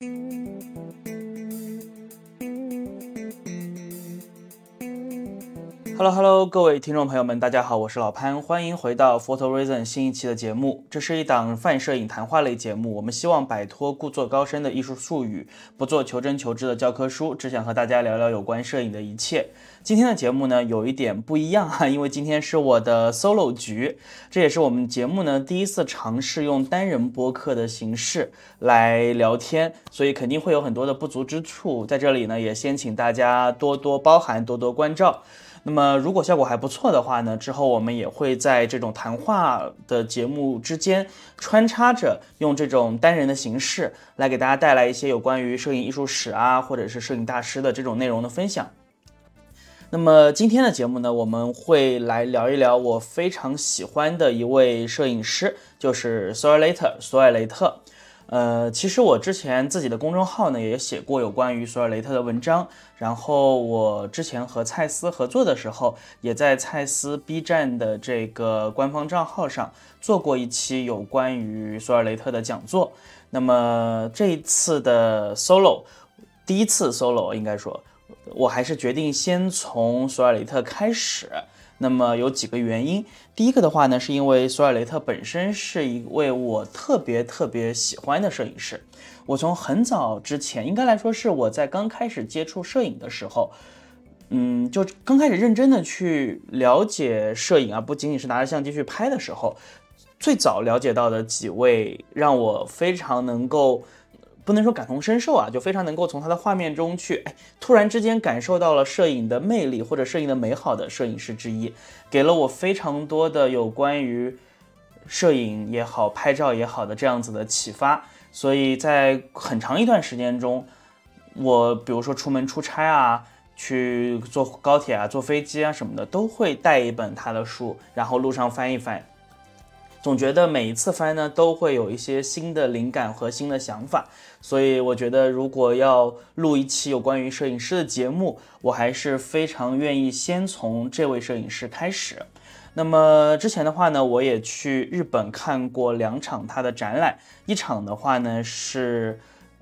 Hello， 各位听众朋友们，大家好，我是老潘，欢迎回到 Photo Reason 新一期的节目。这是一档泛摄影谈话类节目，我们希望摆脱故作高深的艺术术语，不做求真求知的教科书，只想和大家聊聊有关摄影的一切。今天的节目呢，有一点不一样因为今天是我的 solo 局，这也是我们节目呢第一次尝试用单人播客的形式来聊天，所以肯定会有很多的不足之处，在这里呢也先请大家多多包涵，多多关照。那么如果效果还不错的话呢，之后我们也会在这种谈话的节目之间穿插着用这种单人的形式来给大家带来一些有关于摄影艺术史或者是摄影大师的这种内容的分享。那么今天的节目呢，我们会来聊一聊我非常喜欢的一位摄影师，就是索尔雷特。其实我之前自己的公众号呢也写过有关于索尔雷特的文章，然后我之前和蔡司合作的时候，也在蔡司 B 站的这个官方账号上做过一期有关于索尔雷特的讲座。那么这一次的 solo， 第一次 solo 应该说，我还是决定先从索尔雷特开始。那么有几个原因，第一个的话呢，是因为索尔雷特本身是一位我特别喜欢的摄影师。我从很早之前，应该来说是我在刚开始接触摄影的时候，就刚开始认真的去了解摄影不仅仅是拿着相机去拍的时候，最早了解到的几位让我非常能够，不能说感同身受就非常能够从他的画面中去突然之间感受到了摄影的魅力或者摄影的美好的摄影师之一，给了我非常多的有关于摄影也好拍照也好的这样子的启发。所以在很长一段时间中，我比如说出门出差去坐高铁坐飞机什么的，都会带一本他的书，然后路上翻一翻，总觉得每一次翻呢都会有一些新的灵感和新的想法。所以我觉得如果要录一期有关于摄影师的节目，我还是非常愿意先从这位摄影师开始。那么之前的话呢，我也去日本看过2场他的展览，一场的话呢是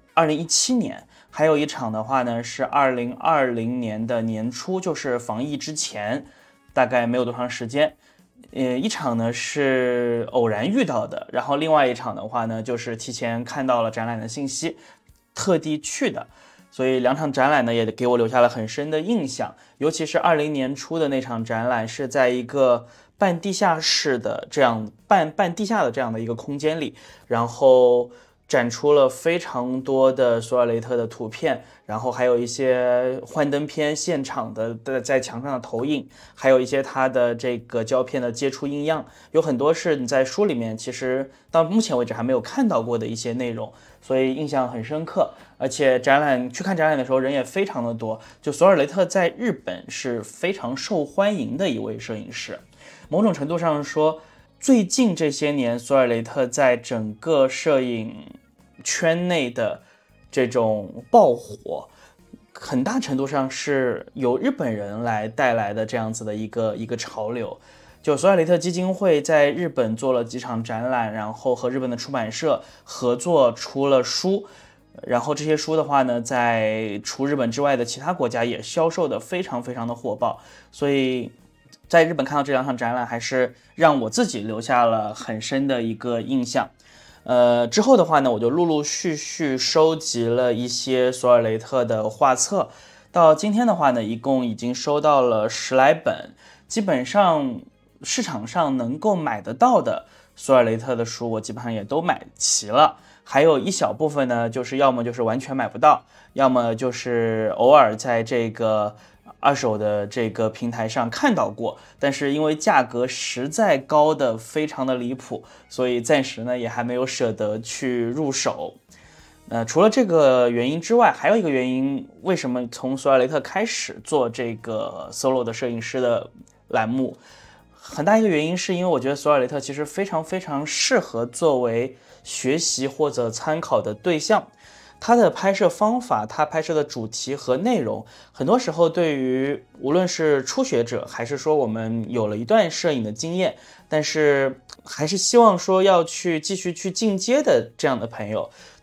2017年，还有一场的话呢是2020年的年初，就是防疫之前，大概没有多长时间。一场呢是偶然遇到的，然后另外一场的话呢就是提前看到了展览的信息，特地去的。所以2场展览呢也给我留下了很深的印象，尤其是20年初的那场展览是在一个半地下室的这样半地下的这样的一个空间里，然后展出了非常多的索尔雷特的图片，然后还有一些幻灯片现场的在墙上的投影，还有一些他的这个胶片的接触印样，有很多是你在书里面其实到目前为止还没有看到过的一些内容，所以印象很深刻。而且去看展览的时候人也非常的多，就索尔雷特在日本是非常受欢迎的一位摄影师。某种程度上说，最近这些年索尔雷特在整个摄影圈内的这种爆火，很大程度上是由日本人来带来的这样子的一个潮流。就索尔雷特基金会在日本做了几场展览，然后和日本的出版社合作出了书，然后这些书的话呢，在除日本之外的其他国家也销售的非常的火爆。所以在日本看到这2场展览，还是让我自己留下了很深的一个印象。之后的话呢，我就陆陆续续收集了一些索尔雷特的画册，到今天的话呢，一共已经收到了10来本，基本上市场上能够买得到的索尔雷特的书，我基本上也都买齐了。还有一小部分呢，就是要么就是完全买不到，要么就是偶尔在这个二手的这个平台上看到过，但是因为价格实在高的非常的离谱，所以暂时呢也还没有舍得去入手。除了这个原因之外，还有一个原因，为什么从索尔雷特开始做这个 solo 的摄影师的栏目，很大一个原因是因为我觉得索尔雷特其实非常适合作为学习或者参考的对象。他的拍摄方法，他拍摄的主题和内容，很多时候对于无论是初学者，还是说我们有了一段摄影的经验，但是还是希望说要去继续去进阶的这样的朋友，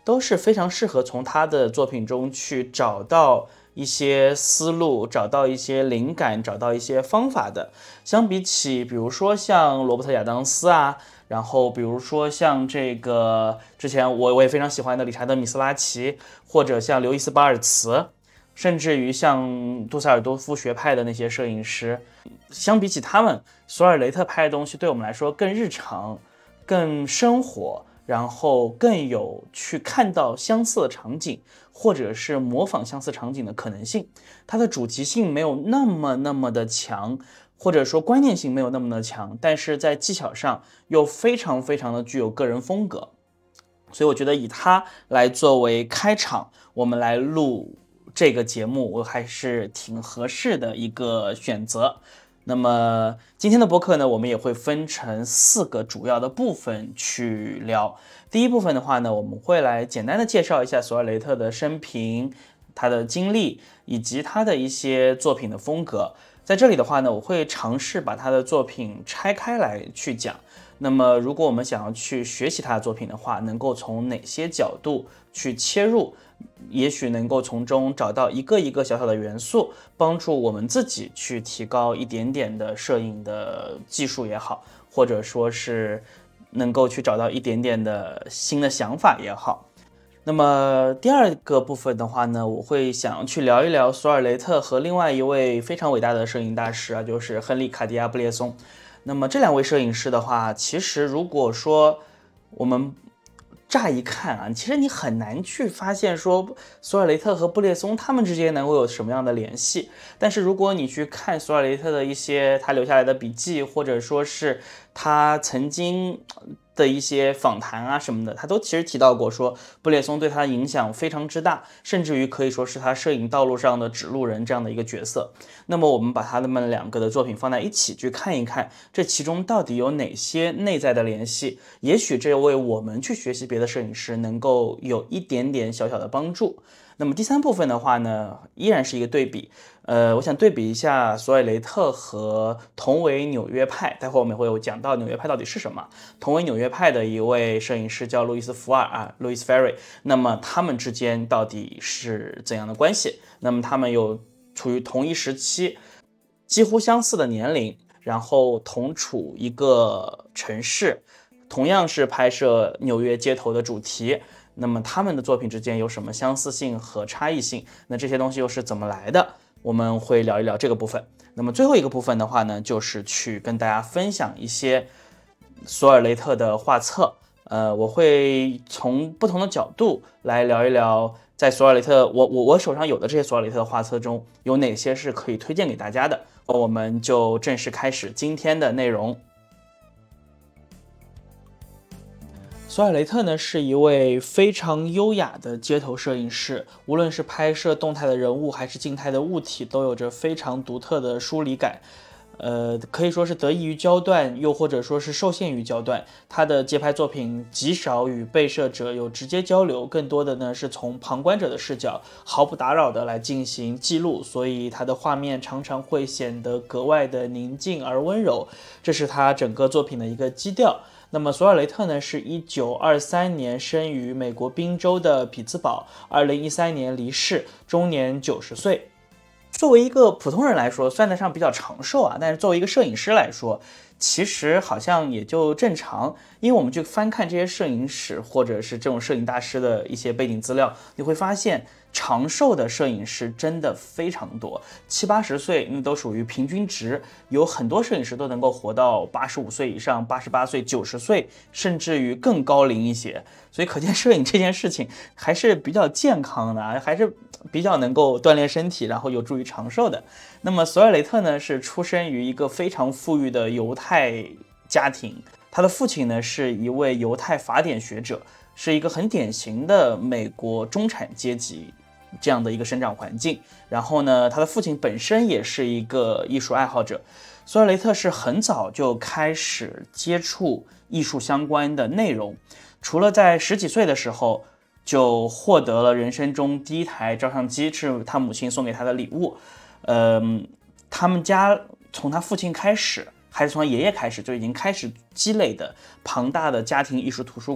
都是非常适合从他的作品中去找到一些思路，找到一些灵感，找到一些方法的。相比起比如说像罗伯特·亚当斯啊，然后比如说像这个之前我也非常喜欢的理查德·米斯拉奇，或者像刘易斯·巴尔茨，甚至于像杜塞尔多夫学派的那些摄影师，相比起他们，索尔雷特拍的东西对我们来说更日常、更生活，然后更有去看到相似的场景，或者是模仿相似场景的可能性。它的主题性没有那么的强，或者说观念性没有那么的强，但是在技巧上又非常的具有个人风格。所以我觉得以它来作为开场，我们来录这个节目，我还是挺合适的一个选择。那么今天的播客呢，我们也会分成4个主要的部分去聊。第一部分的话呢，我们会来简单的介绍一下索尔雷特的生平、他的经历以及他的一些作品的风格。在这里的话呢，我会尝试把他的作品拆开来去讲。那么如果我们想要去学习他的作品的话，能够从哪些角度去切入，也许能够从中找到一个小小的元素，帮助我们自己去提高一点点的摄影的技术也好，或者说是能够去找到一点点的新的想法也好。那么第二个部分的话呢，我会想去聊一聊索尔雷特和另外一位非常伟大的摄影大师啊，就是亨利·卡迪亚·布列松。那么这2位摄影师的话，其实如果说我们乍一看啊，其实你很难去发现说索尔雷特和布列松他们之间能够有什么样的联系。但是如果你去看索尔雷特的一些他留下来的笔记，或者说是他曾经的一些访谈啊什么的，他都其实提到过说布列松对他的影响非常之大，甚至于可以说是他摄影道路上的指路人这样的一个角色。那么我们把他们2个的作品放在一起去看一看，这其中到底有哪些内在的联系，也许这为我们去学习别的摄影师能够有一点点小小的帮助。那么第3部分的话呢，依然是一个对比。我想对比一下索尔雷特和同为纽约派，待会儿我们会有讲到纽约派到底是什么。同为纽约派的一位摄影师叫路易斯·福尔啊 ，Louis Ferry。那么他们之间到底是怎样的关系？那么他们有处于同一时期，几乎相似的年龄，然后同处一个城市，同样是拍摄纽约街头的主题。那么他们的作品之间有什么相似性和差异性？那这些东西又是怎么来的？我们会聊一聊这个部分。那么最后一个部分的话呢，就是去跟大家分享一些索尔雷特的画册。我会从不同的角度来聊一聊，在索尔雷特我手上有的这些索尔雷特的画册中，有哪些是可以推荐给大家的。我们就正式开始今天的内容。索尔雷特呢是一位非常优雅的街头摄影师，无论是拍摄动态的人物还是静态的物体，都有着非常独特的疏离感。可以说是得益于焦段，又或者说是受限于焦段。他的街拍作品极少与被摄者有直接交流，更多的呢是从旁观者的视角，毫不打扰的来进行记录，所以他的画面常常会显得格外的宁静而温柔，这是他整个作品的一个基调。那么索尔雷特呢是1923年生于美国宾州的匹兹堡，2013年离世，终年90岁。作为一个普通人来说，算得上比较长寿啊，但是作为一个摄影师来说，其实好像也就正常。因为我们去翻看这些摄影史或者是这种摄影大师的一些背景资料，你会发现长寿的摄影师真的非常多，70、80岁都属于平均值，有很多摄影师都能够活到85岁以上，88岁、90岁，甚至于更高龄一些。所以可见摄影这件事情还是比较健康的，还是比较能够锻炼身体，然后有助于长寿的。那么索尔雷特呢是出生于一个非常富裕的犹太家庭，他的父亲呢是一位犹太法典学者，是一个很典型的美国中产阶级这样的一个生长环境。然后呢，他的父亲本身也是一个艺术爱好者。索尔雷特是很早就开始接触艺术相关的内容，除了在10几岁的时候就获得了人生中第一台照相机，是他母亲送给他的礼物。他们家从他父亲开始，还是从他爷爷开始，就已经开始积累的庞大的家庭艺术图书馆，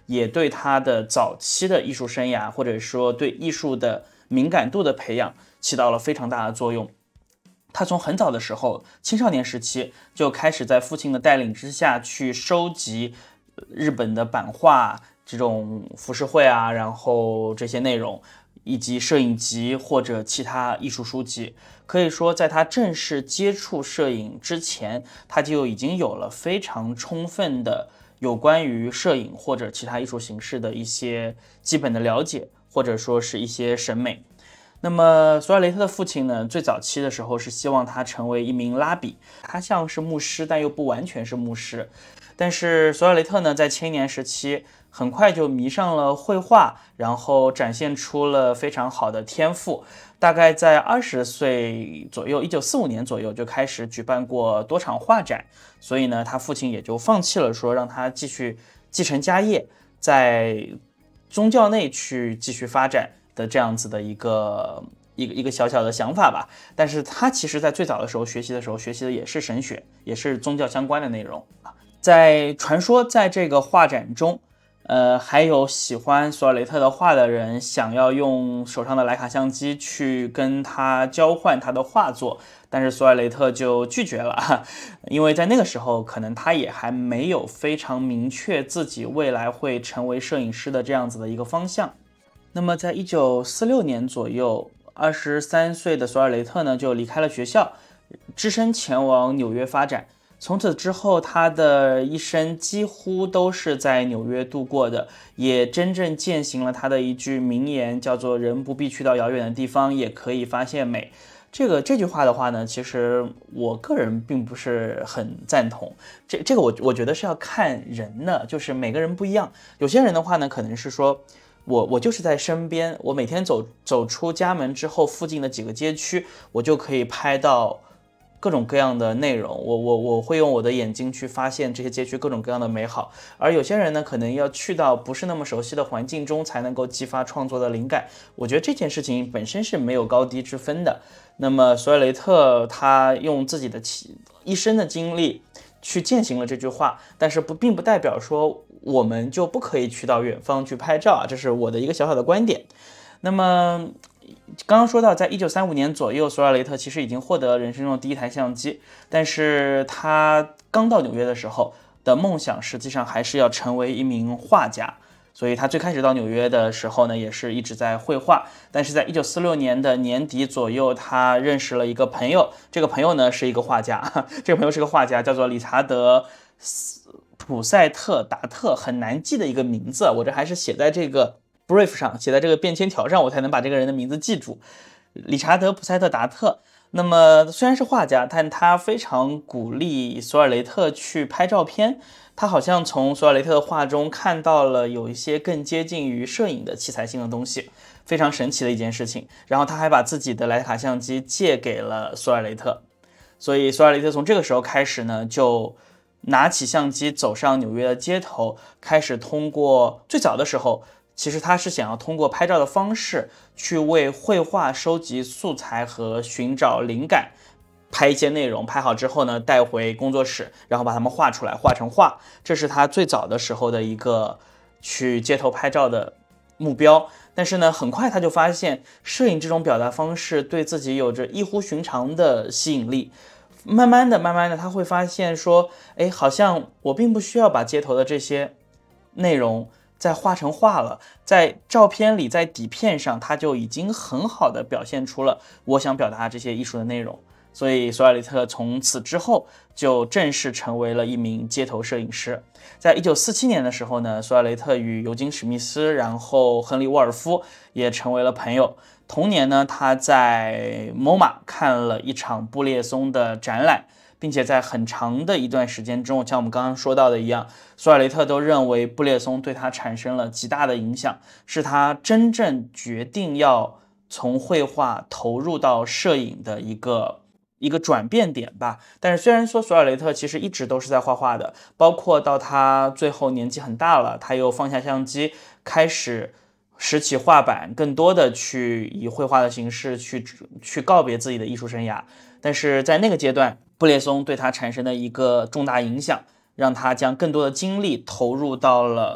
也对他的早期的艺术生涯或者说对艺术的敏感度的培养起到了非常大的作用。他从很早的时候，青少年时期就开始在父亲的带领之下去收集日本的版画这种浮世绘啊，然后这些内容，以及摄影集或者其他艺术书籍。可以说在他正式接触摄影之前，他就已经有了非常充分的有关于摄影或者其他艺术形式的一些基本的了解，或者说是一些审美。那么索尔雷特的父亲呢，最早期的时候是希望他成为一名拉比，他像是牧师，但又不完全是牧师。但是索尔雷特呢，在青年时期很快就迷上了绘画，然后展现出了非常好的天赋。大概在20岁左右，1945年左右就开始举办过多场画展，所以呢，他父亲也就放弃了说让他继续继承家业，在宗教内去继续发展的这样子的一个小小的想法吧。但是他其实在最早的时候学习的也是神学，也是宗教相关的内容。在传说在这个画展中，还有喜欢索尔雷特的画的人想要用手上的徕卡相机去跟他交换他的画作，但是索尔雷特就拒绝了，因为在那个时候可能他也还没有非常明确自己未来会成为摄影师的这样子的一个方向。那么在1946年左右，23岁的索尔雷特呢就离开了学校，只身前往纽约发展。从此之后，他的一生几乎都是在纽约度过的，也真正践行了他的一句名言，叫做"人不必去到遥远的地方，也可以发现美"。这句话的话呢，其实我个人并不是很赞同。这个我觉得是要看人的，就是每个人不一样。有些人的话呢，可能是说我就是在身边，我每天走出家门之后，附近的几个街区，我就可以拍到各种各样的内容，我会用我的眼睛去发现这些街区各种各样的美好。而有些人呢，可能要去到不是那么熟悉的环境中，才能够激发创作的灵感。我觉得这件事情本身是没有高低之分的。那么索尔雷特他用自己的一生的经历去践行了这句话，但是并不代表说我们就不可以去到远方去拍照啊，这是我的一个小小的观点。那么刚刚说到，在1935年左右，索尔雷特其实已经获得人生中的第一台相机，但是他刚到纽约的时候的梦想实际上还是要成为一名画家。所以他最开始到纽约的时候呢，也是一直在绘画。但是在1946年的年底左右，他认识了一个朋友，这个朋友呢是一个画家，这个朋友是个画家，叫做理查德普赛特达特，很难记的一个名字，我这还是写在这个 brief 上，写在这个便签条上，我才能把这个人的名字记住。理查德普赛特达特。那么虽然是画家，但他非常鼓励索尔雷特去拍照片。他好像从索尔雷特的画中看到了有一些更接近于摄影的器材性的东西，非常神奇的一件事情。然后他还把自己的徕卡相机借给了索尔雷特，所以索尔雷特从这个时候开始呢，就拿起相机走上纽约的街头，开始通过最早的时候，其实他是想要通过拍照的方式去为绘画收集素材和寻找灵感，拍一些内容，拍好之后呢，带回工作室，然后把它们画出来，画成画。这是他最早的时候的一个去街头拍照的目标。但是呢，很快他就发现摄影这种表达方式对自己有着异乎寻常的吸引力。慢慢的，他会发现说，好像我并不需要把街头的这些内容再画成画了，在照片里，在底片上，它就已经很好的表现出了我想表达这些艺术的内容。所以索尔雷特从此之后就正式成为了一名街头摄影师。在1947年的时候呢，索尔雷特与尤金·史密斯，然后亨利·沃尔夫也成为了朋友。同年呢，他在 MoMA 看了一场布列松的展览，并且在很长的一段时间中，像我们刚刚说到的一样，索尔雷特都认为布列松对他产生了极大的影响，是他真正决定要从绘画投入到摄影的一个转变点吧。但是虽然说索尔雷特其实一直都是在画画的，包括到他最后年纪很大了，他又放下相机，开始拾起画板，更多的去以绘画的形式去告别自己的艺术生涯。但是在那个阶段，布列松对他产生的一个重大影响，让他将更多的精力投入到了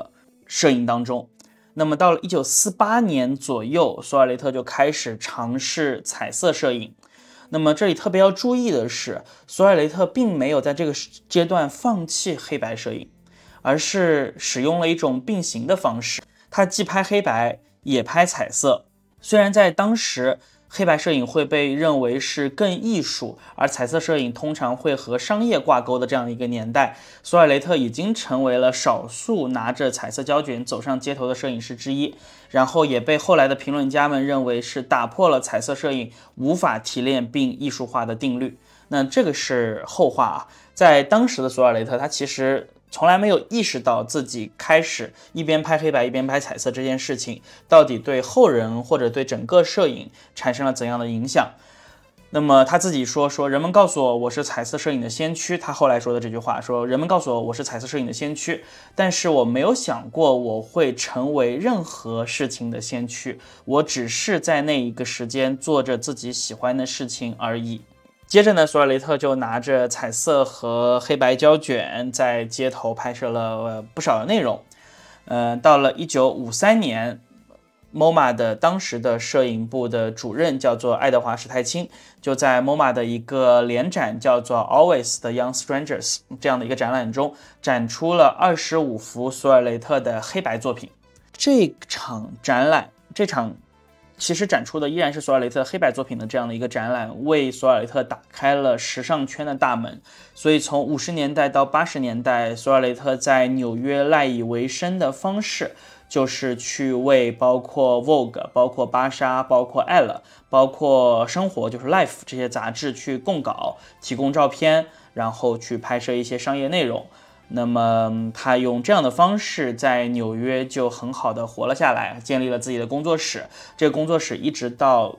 摄影当中。那么到了1948年左右，索尔雷特就开始尝试彩色摄影。那么这里特别要注意的是，索尔雷特并没有在这个阶段放弃黑白摄影，而是使用了一种并行的方式，他既拍黑白也拍彩色。虽然在当时黑白摄影会被认为是更艺术，而彩色摄影通常会和商业挂钩的这样一个年代，索尔雷特已经成为了少数拿着彩色胶卷走上街头的摄影师之一，然后也被后来的评论家们认为是打破了彩色摄影无法提炼并艺术化的定律。那这个是后话啊，在当时的索尔雷特，他其实从来没有意识到自己开始一边拍黑白一边拍彩色这件事情到底对后人或者对整个摄影产生了怎样的影响。那么他自己说人们告诉我我是彩色摄影的先驱，他后来说的这句话说人们告诉我我是彩色摄影的先驱，但是我没有想过我会成为任何事情的先驱，我只是在那一个时间做着自己喜欢的事情而已。接着呢，索尔雷特就拿着彩色和黑白胶卷在街头拍摄了不少的内容。到了1953年，MoMA 的当时的摄影部的主任叫做爱德华史泰钦，就在 MoMA 的一个联展叫做 Always the Young Strangers 这样的一个展览中，展出了25幅索尔雷特的黑白作品。这场其实展出的依然是索尔雷特黑白作品的这样的一个展览，为索尔雷特打开了时尚圈的大门。所以从50年代到80年代，索尔雷特在纽约赖以为生的方式就是去为包括 Vogue、包括芭莎、包括 Elle、包括生活就是 Life 这些杂志去供稿，提供照片，然后去拍摄一些商业内容。那么他用这样的方式在纽约就很好的活了下来，建立了自己的工作室。这个工作室一直到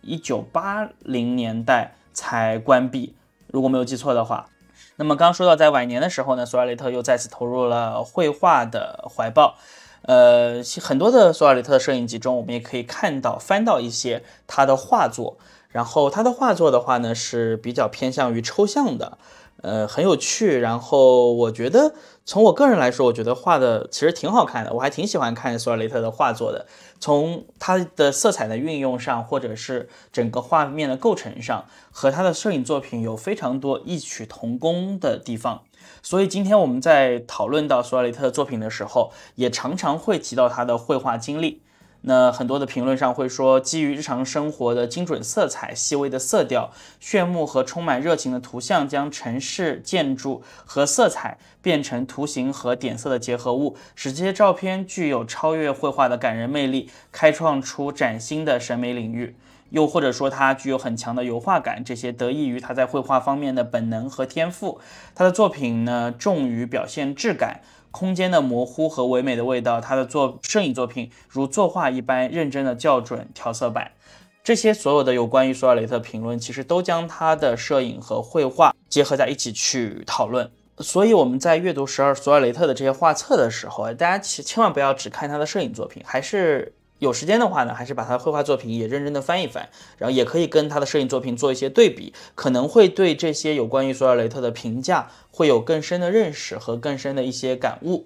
1980年代才关闭，如果没有记错的话。那么刚刚说到在晚年的时候呢，索尔雷特又再次投入了绘画的怀抱。很多的索尔雷特的摄影集中，我们也可以翻到一些他的画作。然后他的画作的话呢，是比较偏向于抽象的。很有趣，然后我觉得从我个人来说，我觉得画的其实挺好看的，我还挺喜欢看索尔雷特的画作的。从他的色彩的运用上，或者是整个画面的构成上，和他的摄影作品有非常多异曲同工的地方。所以今天我们在讨论到索尔雷特的作品的时候，也常常会提到他的绘画经历。那很多的评论上会说，基于日常生活的精准色彩、细微的色调、炫目和充满热情的图像，将城市建筑和色彩变成图形和点色的结合物，使这些照片具有超越绘画的感人魅力，开创出崭新的审美领域。又或者说它具有很强的油画感，这些得益于他在绘画方面的本能和天赋。他的作品呢，重于表现质感、空间的模糊和唯美的味道，他的摄影作品如作画一般认真的校准调色板。这些所有的有关于索尔雷特评论，其实都将他的摄影和绘画结合在一起去讨论。所以我们在阅读索尔雷特的这些画册的时候，大家千万不要只看他的摄影作品，还是有时间的话呢，还是把他的绘画作品也认真的翻一翻，然后也可以跟他的摄影作品做一些对比，可能会对这些有关于索尔雷特的评价会有更深的认识和更深的一些感悟。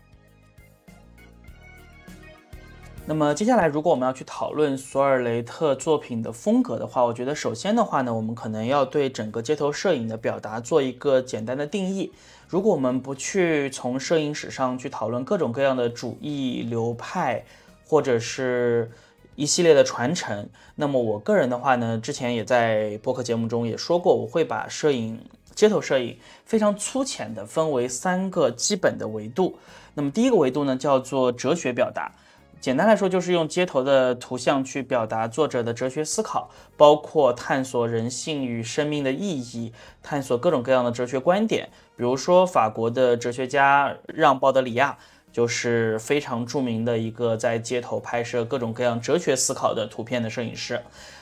那么接下来如果我们要去讨论索尔雷特作品的风格的话，我觉得首先的话呢，我们可能要对整个街头摄影的表达做一个简单的定义。如果我们不去从摄影史上去讨论各种各样的主义流派或者是一系列的传承，那么我个人的话呢，之前也在播客节目中也说过，我会把街头摄影非常粗浅的分为3个基本的维度。那么第一个维度呢，叫做哲学表达。简单来说，就是用街头的图像去表达作者的哲学思考，包括探索人性与生命的意义，探索各种各样的哲学观点。比如说法国的哲学家让·鲍德里亚就是非常著名的一个在街头拍摄各种各样哲学思考的图片的摄影师。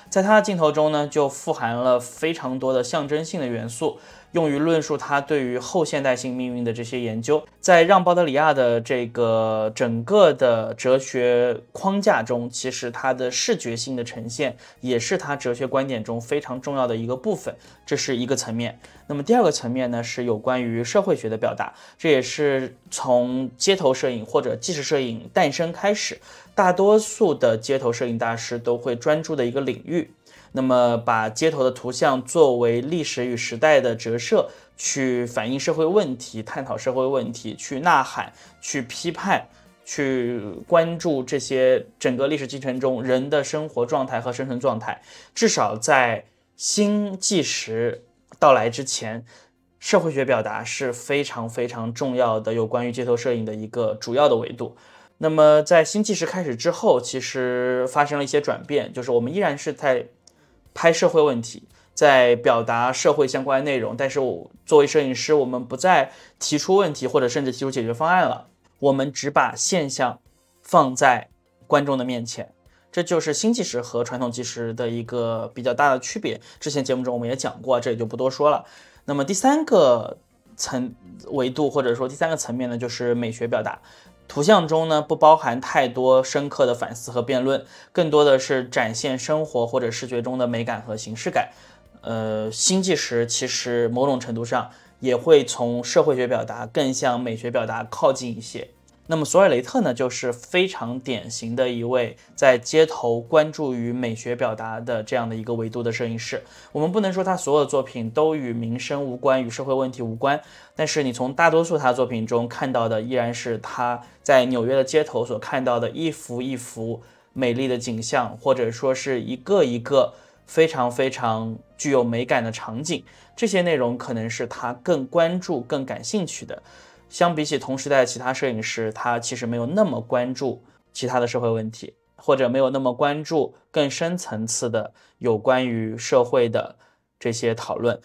在他的镜头中呢，就富含了非常多的象征性的元素，用于论述他对于后现代性命运的这些研究。在让·鲍德里亚的这个整个的哲学框架中，其实他的视觉性的呈现也是他哲学观点中非常重要的一个部分，这是一个层面。那么第二个层面呢，是有关于社会学的表达，这也是从街头摄影或者纪实摄影诞生开始，大多数的街头摄影大师都会专注的一个领域。那么把街头的图像作为历史与时代的折射，去反映社会问题，探讨社会问题，去呐喊，去批判，去关注这些整个历史进程中人的生活状态和生存状态。至少在新纪实到来之前，社会学表达是非常非常重要的有关于街头摄影的一个主要的维度。那么在新纪实开始之后，其实发生了一些转变，就是我们依然是在拍社会问题，在表达社会相关内容，但是作为摄影师，我们不再提出问题或者甚至提出解决方案了，我们只把现象放在观众的面前。这就是新纪实和传统纪实的一个比较大的区别，之前节目中我们也讲过，这里就不多说了。那么第三个维度或者说第三个层面呢，就是美学表达。图像中呢，不包含太多深刻的反思和辩论，更多的是展现生活或者视觉中的美感和形式感。新纪实其实某种程度上也会从社会学表达更向美学表达靠近一些。那么索尔雷特呢，就是非常典型的一位在街头关注于美学表达的这样的一个维度的摄影师。我们不能说他所有的作品都与民生无关，与社会问题无关，但是你从大多数他的作品中看到的依然是他在纽约的街头所看到的一幅一幅美丽的景象，或者说是一个一个非常非常具有美感的场景。这些内容可能是他更关注更感兴趣的。相比起同时代的其他摄影师，他其实没有那么关注其他的社会问题，或者没有那么关注更深层次的有关于社会的这些讨论。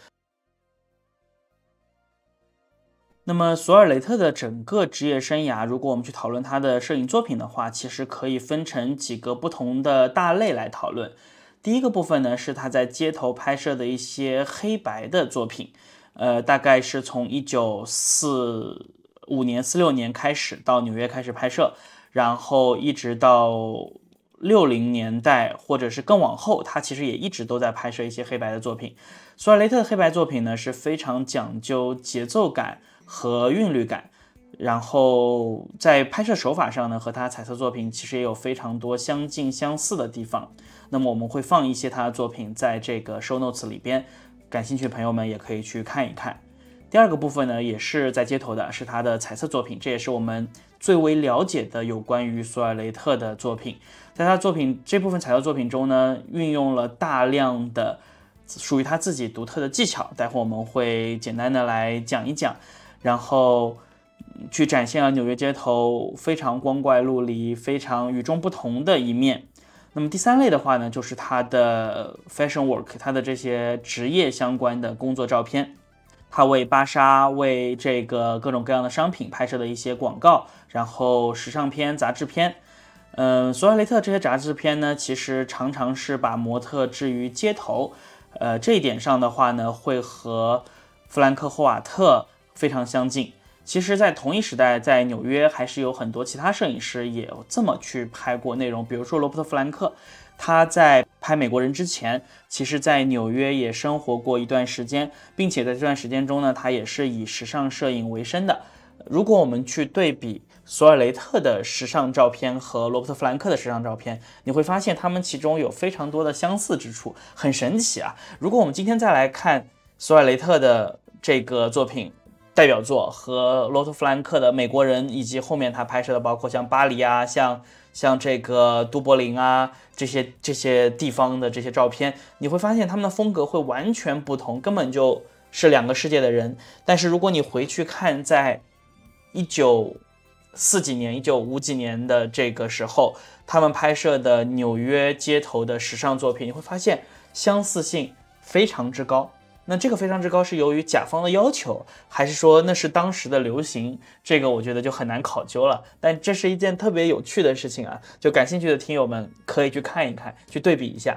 那么索尔雷特的整个职业生涯，如果我们去讨论他的摄影作品的话，其实可以分成几个不同的大类来讨论。第一个部分呢，是他在街头拍摄的一些黑白的作品。大概是从1945年、46年开始到纽约开始拍摄，然后一直到60年代或者是更往后，他其实也一直都在拍摄一些黑白的作品。索尔雷特的黑白作品呢，是非常讲究节奏感和韵律感，然后在拍摄手法上呢，和他彩色作品其实也有非常多相近相似的地方。那么我们会放一些他的作品在这个 show notes 里边，感兴趣的朋友们也可以去看一看。第二个部分呢，也是在街头的，是他的彩色作品，这也是我们最为了解的有关于索尔雷特的作品。在他作品这部分彩色作品中呢，运用了大量的属于他自己独特的技巧，待会我们会简单的来讲一讲，然后去展现了纽约街头非常光怪陆离、非常与众不同的一面。那么第三类的话呢，就是他的 fashion work， 他的这些职业相关的工作照片。他为芭莎、为这个各种各样的商品拍摄的一些广告，然后时尚片、杂志片。索尔雷特这些杂志片呢，其实常常是把模特置于街头。这一点上的话呢，会和弗兰克·霍瓦特非常相近。其实在同一时代，在纽约还是有很多其他摄影师也有这么去拍过内容，比如说罗伯特·弗兰克，他在拍美国人之前，其实在纽约也生活过一段时间，并且在这段时间中呢，他也是以时尚摄影为生的。如果我们去对比索尔雷特的时尚照片和罗伯特·弗兰克的时尚照片，你会发现他们其中有非常多的相似之处，很神奇啊！如果我们今天再来看索尔雷特的这个作品代表作和罗伯特·弗兰克的美国人，以及后面他拍摄的包括像巴黎啊，像这个都柏林啊，这些地方的这些照片，你会发现他们的风格会完全不同，根本就是两个世界的人。但是如果你回去看在1940几年、1950几年的这个时候，他们拍摄的纽约街头的时尚作品，你会发现相似性非常之高。那这个非常之高是由于甲方的要求，还是说那是当时的流行？这个我觉得就很难考究了。但这是一件特别有趣的事情啊，就感兴趣的听友们可以去看一看，去对比一下。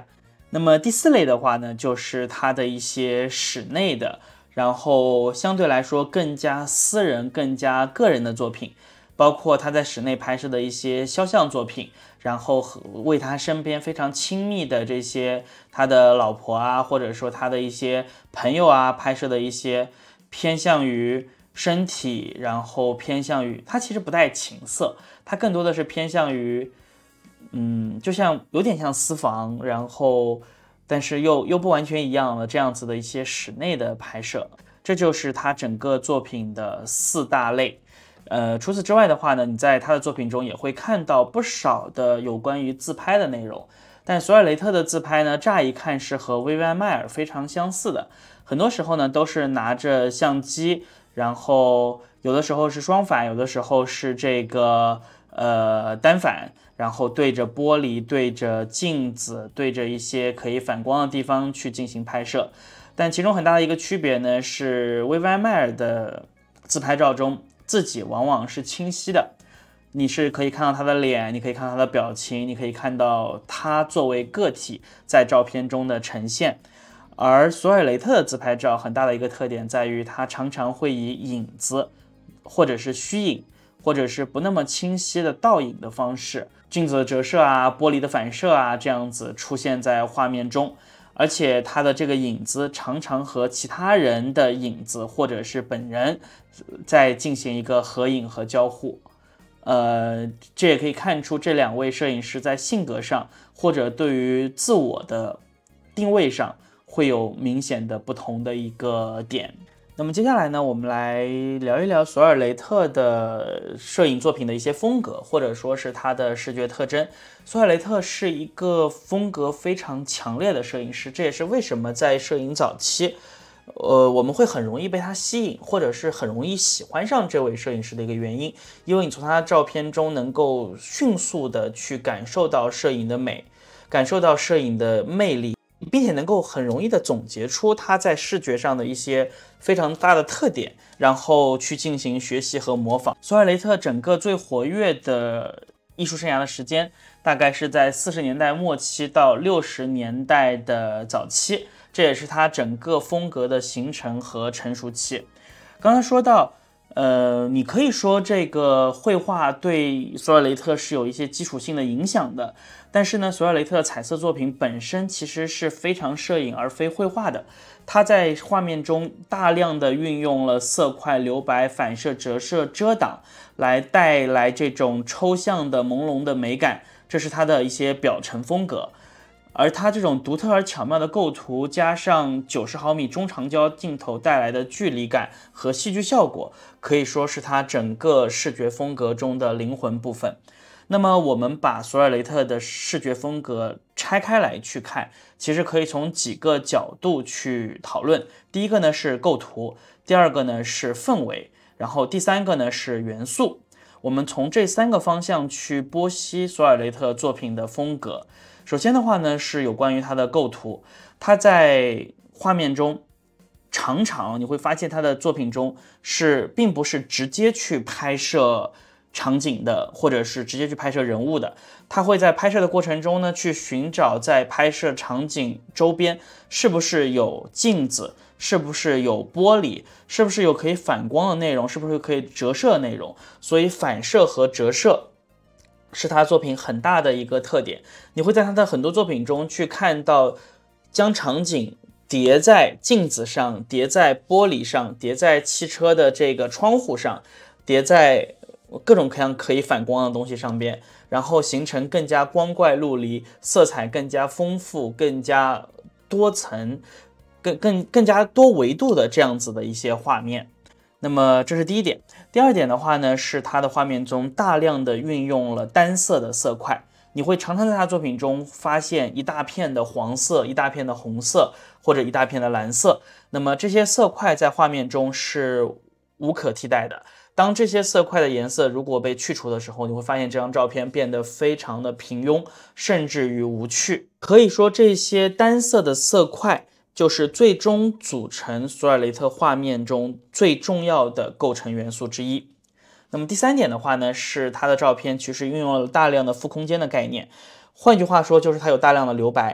那么第4类的话呢，就是他的一些室内的，然后相对来说更加私人、更加个人的作品，包括他在室内拍摄的一些肖像作品，然后为他身边非常亲密的这些他的老婆啊，或者说他的一些朋友啊拍摄的一些偏向于身体，然后偏向于他其实不带情色，他更多的是偏向于就像有点像私房，然后但是又不完全一样的这样子的一些室内的拍摄，这就是他整个作品的4大类。除此之外的话呢，你在他的作品中也会看到不少的有关于自拍的内容。但索尔雷特的自拍呢，乍一看是和薇薇安迈尔非常相似的，很多时候呢都是拿着相机，然后有的时候是双反，有的时候是这个单反，然后对着玻璃、对着镜子、对着一些可以反光的地方去进行拍摄。但其中很大的一个区别呢，是薇薇安迈尔的自拍照中自己往往是清晰的，你是可以看到他的脸，你可以看到他的表情，你可以看到他作为个体在照片中的呈现。而索尔雷特的自拍照很大的一个特点在于，他常常会以影子或者是虚影，或者是不那么清晰的倒影的方式，镜子的折射啊，玻璃的反射啊，这样子出现在画面中。而且他的这个影子常常和其他人的影子或者是本人在进行一个合影和交互。这也可以看出这2位摄影师在性格上或者对于自我的定位上会有明显的不同的一个点。那么接下来呢，我们来聊一聊索尔雷特的摄影作品的一些风格，或者说是他的视觉特征。索尔雷特是一个风格非常强烈的摄影师，这也是为什么在摄影早期我们会很容易被他吸引，或者是很容易喜欢上这位摄影师的一个原因，因为你从他的照片中能够迅速的去感受到摄影的美，感受到摄影的魅力，并且能够很容易的总结出他在视觉上的一些非常大的特点，然后去进行学习和模仿。索尔雷特整个最活跃的艺术生涯的时间大概是在40年代末期到60年代的早期，这也是他整个风格的形成和成熟期。刚才说到你可以说这个绘画对索尔雷特是有一些基础性的影响的，但是呢，索尔雷特的彩色作品本身其实是非常摄影而非绘画的，他在画面中大量的运用了色块、留白、反射、折射、遮挡来带来这种抽象的朦胧的美感，这是他的一些表层风格。而它这种独特而巧妙的构图，加上90毫米中长焦镜头带来的距离感和戏剧效果，可以说是它整个视觉风格中的灵魂部分。那么我们把索尔雷特的视觉风格拆开来去看，其实可以从几个角度去讨论。第一个呢是构图，第二个呢是氛围，然后第三个呢是元素。我们从这3个方向去剖析索尔雷特作品的风格。首先的话呢，是有关于它的构图，它在画面中常常你会发现他的作品中并不是直接去拍摄场景的，或者是直接去拍摄人物的，他会在拍摄的过程中呢，去寻找在拍摄场景周边是不是有镜子，是不是有玻璃，是不是有可以反光的内容，是不是可以折射的内容，所以反射和折射是他作品很大的一个特点。你会在他的很多作品中去看到将场景叠在镜子上，叠在玻璃上，叠在汽车的这个窗户上，叠在各种各样可以反光的东西上边，然后形成更加光怪陆离、色彩更加丰富、更加多层、更加多维度的这样子的一些画面。那么这是第一点。第二点的话呢，是他的画面中大量的运用了单色的色块，你会常常在他作品中发现一大片的黄色、一大片的红色或者一大片的蓝色，那么这些色块在画面中是无可替代的。当这些色块的颜色如果被去除的时候，你会发现这张照片变得非常的平庸，甚至于无趣。可以说这些单色的色块就是最终组成索尔雷特画面中最重要的构成元素之一。那么第三点的话呢，是他的照片其实运用了大量的负空间的概念，换句话说就是他有大量的留白。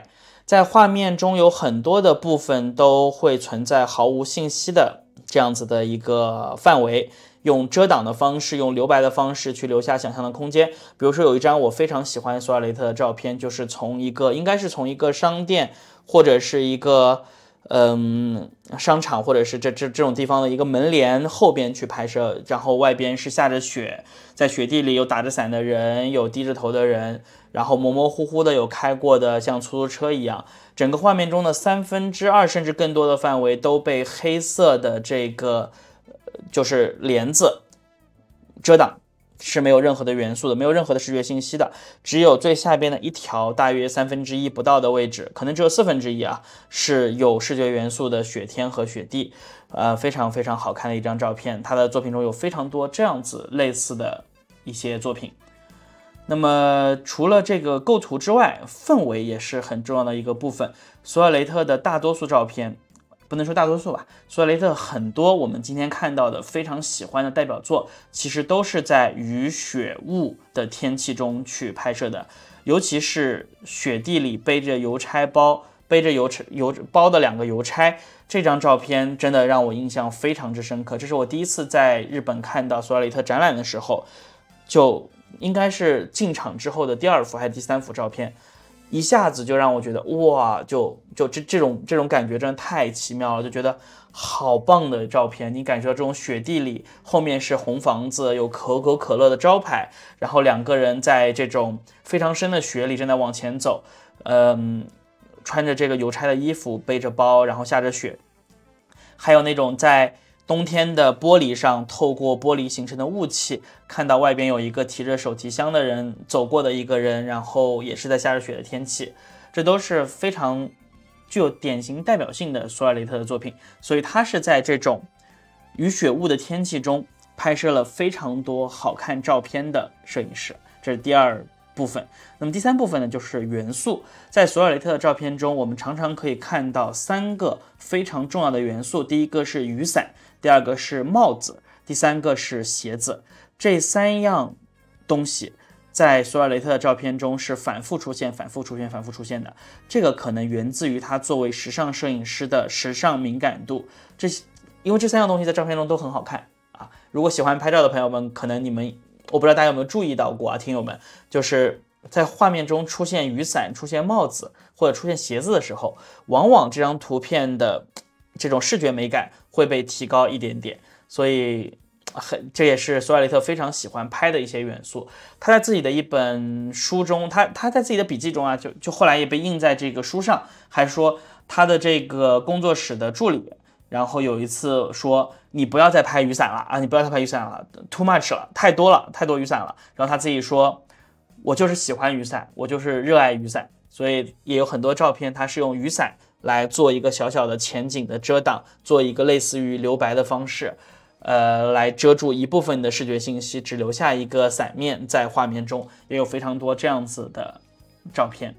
在画面中有很多的部分都会存在毫无信息的这样子的一个范围，用遮挡的方式，用留白的方式去留下想象的空间。比如说有一张我非常喜欢索尔雷特的照片，就是应该是从一个商店或者是一个商场或者是这种地方的一个门帘后边去拍摄，然后外边是下着雪，在雪地里有打着伞的人，有低着头的人，然后模模糊糊的有开过的像出租车一样，整个画面中的2/3甚至更多的范围都被黑色的这个就是帘子遮挡，是没有任何的元素的，没有任何的视觉信息的，只有最下边的一条大约1/3不到的位置，可能只有1/4啊，是有视觉元素的雪天和雪地，非常非常好看的一张照片。他的作品中有非常多这样子类似的一些作品。那么除了这个构图之外，氛围也是很重要的一个部分。索尔雷特的大多数照片，不能说大多数吧，索尔雷特很多我们今天看到的非常喜欢的代表作，其实都是在雨雪雾的天气中去拍摄的，尤其是雪地里背着邮差包的2个邮差，这张照片真的让我印象非常之深刻。这是我第一次在日本看到索尔雷特展览的时候，就应该是进场之后的第2幅还是第3幅照片，一下子就让我觉得哇，这种感觉真的太奇妙了，就觉得好棒的照片。你感觉到这种雪地里，后面是红房子，有可口可乐的招牌，然后2个人在这种非常深的雪里正在往前走，穿着这个邮差的衣服，背着包，然后下着雪，还有那种在冬天的玻璃上透过玻璃形成的雾气，看到外边有一个提着手提箱的人走过的一个人，然后也是在下着雪的天气，这都是非常具有典型代表性的索尔雷特的作品。所以他是在这种雨雪雾的天气中拍摄了非常多好看照片的摄影师，这是第2部分。那么第3部分呢，就是元素。在索尔雷特的照片中，我们常常可以看到3个非常重要的元素，第一个是雨伞，第2个是帽子，第3个是鞋子。这3样东西在索尔雷特的照片中是反复出现的。这个可能源自于他作为时尚摄影师的时尚敏感度。因为这3样东西在照片中都很好看啊。如果喜欢拍照的朋友们，可能我不知道大家有没有注意到过啊，听友们，就是在画面中出现雨伞、出现帽子或者出现鞋子的时候，往往这张图片的这种视觉美感会被提高一点点。所以这也是索尔雷特非常喜欢拍的一些元素。他在自己的一本书中，他在自己的笔记中啊，就后来也被印在这个书上，还说他的这个工作室的助理，然后有一次说你不要再拍雨伞了啊，你不要再拍雨伞了 ，too much 了，太多雨伞了。然后他自己说，我就是喜欢雨伞，我就是热爱雨伞。所以也有很多照片，他是用雨伞来做一个小小的前景的遮挡，做一个类似于留白的方式。来遮住一部分的视觉信息，只留下一个伞面在画面中，也有非常多这样子的照片。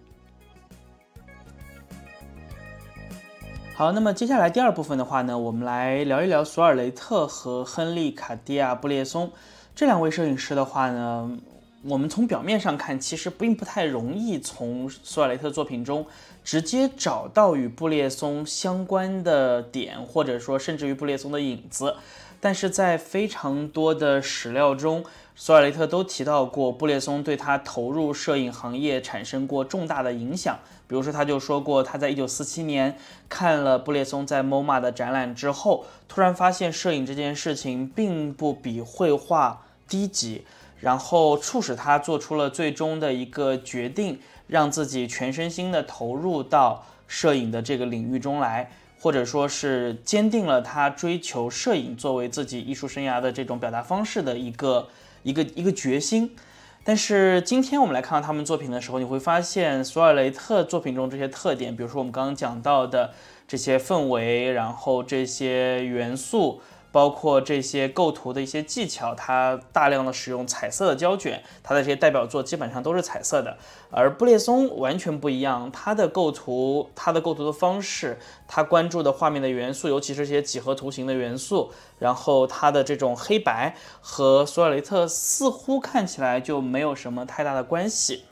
好，那么接下来第2部分的话呢，我们来聊一聊索尔雷特和亨利·卡地亚·布列松这2位摄影师的话呢，我们从表面上看，其实并不太容易从索尔雷特作品中直接找到与布列松相关的点，或者说甚至于布列松的影子。但是在非常多的史料中，索尔雷特都提到过布列松对他投入摄影行业产生过重大的影响。比如说他就说过，他在1947年看了布列松在 MoMA 的展览之后，突然发现摄影这件事情并不比绘画低级，然后促使他做出了最终的一个决定，让自己全身心的投入到摄影的这个领域中来，或者说是坚定了他追求摄影作为自己艺术生涯的这种表达方式的一个决心。但是今天我们来看到他们作品的时候，你会发现索尔雷特作品中这些特点，比如说我们刚刚讲到的这些氛围，然后这些元素，包括这些构图的一些技巧，它大量的使用彩色的胶卷，它的这些代表作基本上都是彩色的。而布列松完全不一样，他的构图的方式，他关注的画面的元素，尤其是这些几何图形的元素，然后他的这种黑白和索尔雷特似乎看起来就没有什么太大的关系。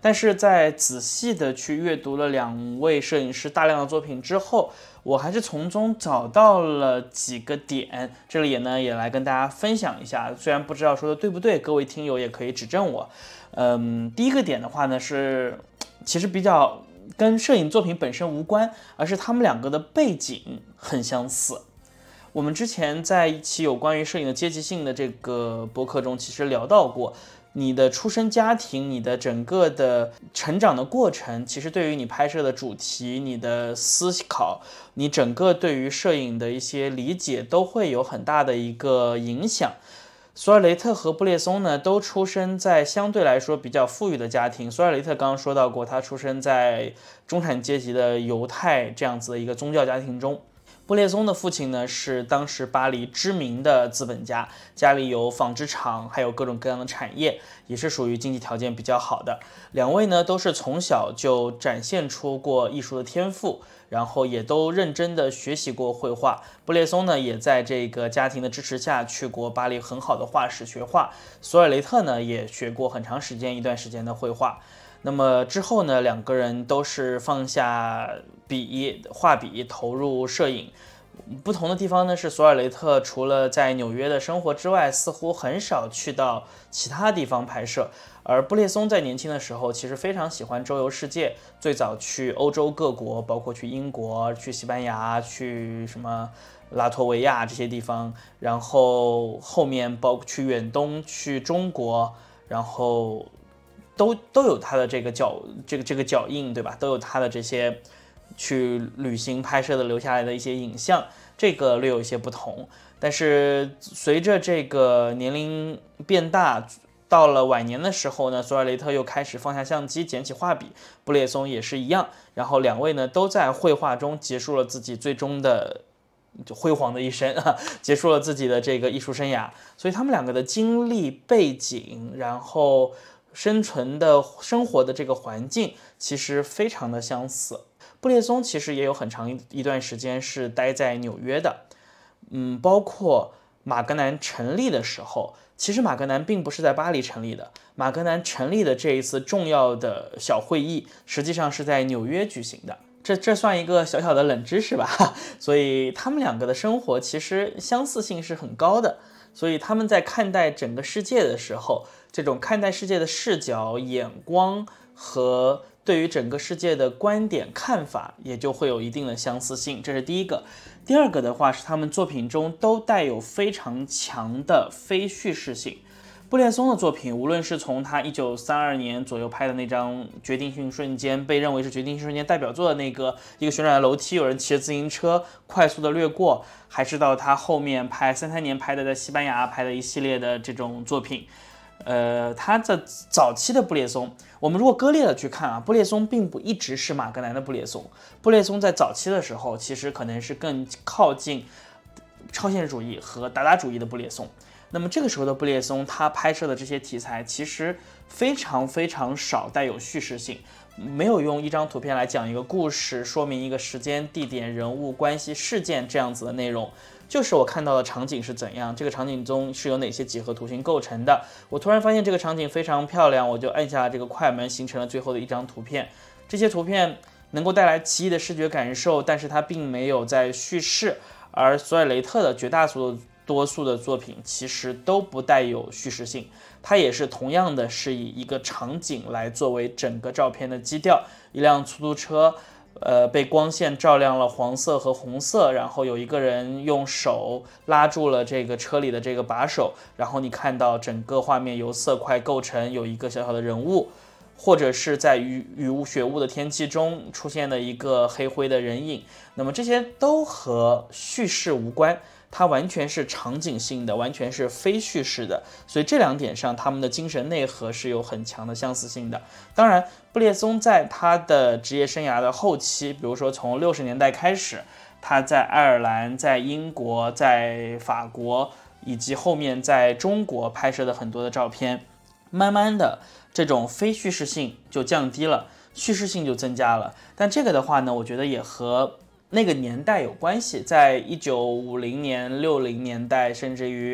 但是在仔细的去阅读了两位摄影师大量的作品之后，我还是从中找到了几个点，这里也来跟大家分享一下。虽然不知道说的对不对，各位听友也可以指正我。第一个点的话呢是，其实比较跟摄影作品本身无关，而是他们两个的背景很相似。我们之前在一期有关于摄影的阶级性的这个播客中，其实聊到过，你的出生家庭，你的整个的成长的过程，其实对于你拍摄的主题、你的思考、你整个对于摄影的一些理解，都会有很大的一个影响。索尔雷特和布列松呢，都出生在相对来说比较富裕的家庭。索尔雷特刚刚说到过，他出生在中产阶级的犹太这样子的一个宗教家庭中。布列松的父亲呢是当时巴黎知名的资本家，家里有纺织厂，还有各种各样的产业，也是属于经济条件比较好的。两位呢都是从小就展现出过艺术的天赋，然后也都认真的学习过绘画。布列松呢也在这个家庭的支持下去过巴黎很好的画室学画。索尔雷特呢也学过很长时间一段时间的绘画。那么之后呢，两个人都是放下画笔投入摄影。不同的地方呢是，索尔雷特除了在纽约的生活之外，似乎很少去到其他地方拍摄。而布列松在年轻的时候其实非常喜欢周游世界，最早去欧洲各国，包括去英国、去西班牙、去什么拉脱维亚这些地方，然后后面包括去远东、去中国，然后都有他的这个脚印，对吧？都有他的这些去旅行拍摄的留下来的一些影像，这个略有一些不同。但是随着这个年龄变大，到了晚年的时候呢，索尔雷特又开始放下相机，捡起画笔，布列松也是一样。然后两位呢都在绘画中结束了自己最终的辉煌的一生啊，结束了自己的这个艺术生涯。所以他们两个的经历背景，然后生活的这个环境其实非常的相似。布列松其实也有很长一段时间是待在纽约的，包括马格南成立的时候，其实马格南并不是在巴黎成立的，马格南成立的这一次重要的小会议，实际上是在纽约举行的。这算一个小小的冷知识吧，所以他们两个的生活其实相似性是很高的，所以他们在看待整个世界的时候，这种看待世界的视角、眼光和对于整个世界的观点看法也就会有一定的相似性，这是第一个。第二个的话是他们作品中都带有非常强的非叙事性。布列松的作品，无论是从他1932年左右拍的那张决定性瞬间，被认为是决定性瞬间代表作的那个一个旋转的楼梯，有人骑着自行车快速的掠过，还是到他后面33年拍的在西班牙拍的一系列的这种作品，他的早期的布列松，我们如果割裂的去看啊，布列松并不一直是马格南的布列松。布列松在早期的时候，其实可能是更靠近超现实主义和达达主义的布列松。那么这个时候的布列松，他拍摄的这些题材其实非常非常少带有叙事性，没有用一张图片来讲一个故事，说明一个时间、地点、人物关系、事件这样子的内容。就是我看到的场景是怎样，这个场景中是由哪些几何图形构成的。我突然发现这个场景非常漂亮，我就按下这个快门，形成了最后的一张图片。这些图片能够带来奇异的视觉感受，但是它并没有在叙事。而索尔雷特的绝大多数的作品其实都不带有叙事性，它也是同样的是以一个场景来作为整个照片的基调。一辆出租车被光线照亮了黄色和红色，然后有一个人用手拉住了这个车里的这个把手，然后你看到整个画面由色块构成，有一个小小的人物，或者是在雨雾雪雾的天气中出现了一个黑灰的人影。那么这些都和叙事无关，它完全是场景性的，完全是非叙事的，所以这两点上他们的精神内核是有很强的相似性的。当然布列松在他的职业生涯的后期，比如说从60年代开始，他在爱尔兰、在英国、在法国以及后面在中国拍摄的很多的照片，慢慢的这种非叙事性就降低了，叙事性就增加了。但这个的话呢，我觉得也和那个年代有关系，在1950年、60年代，甚至于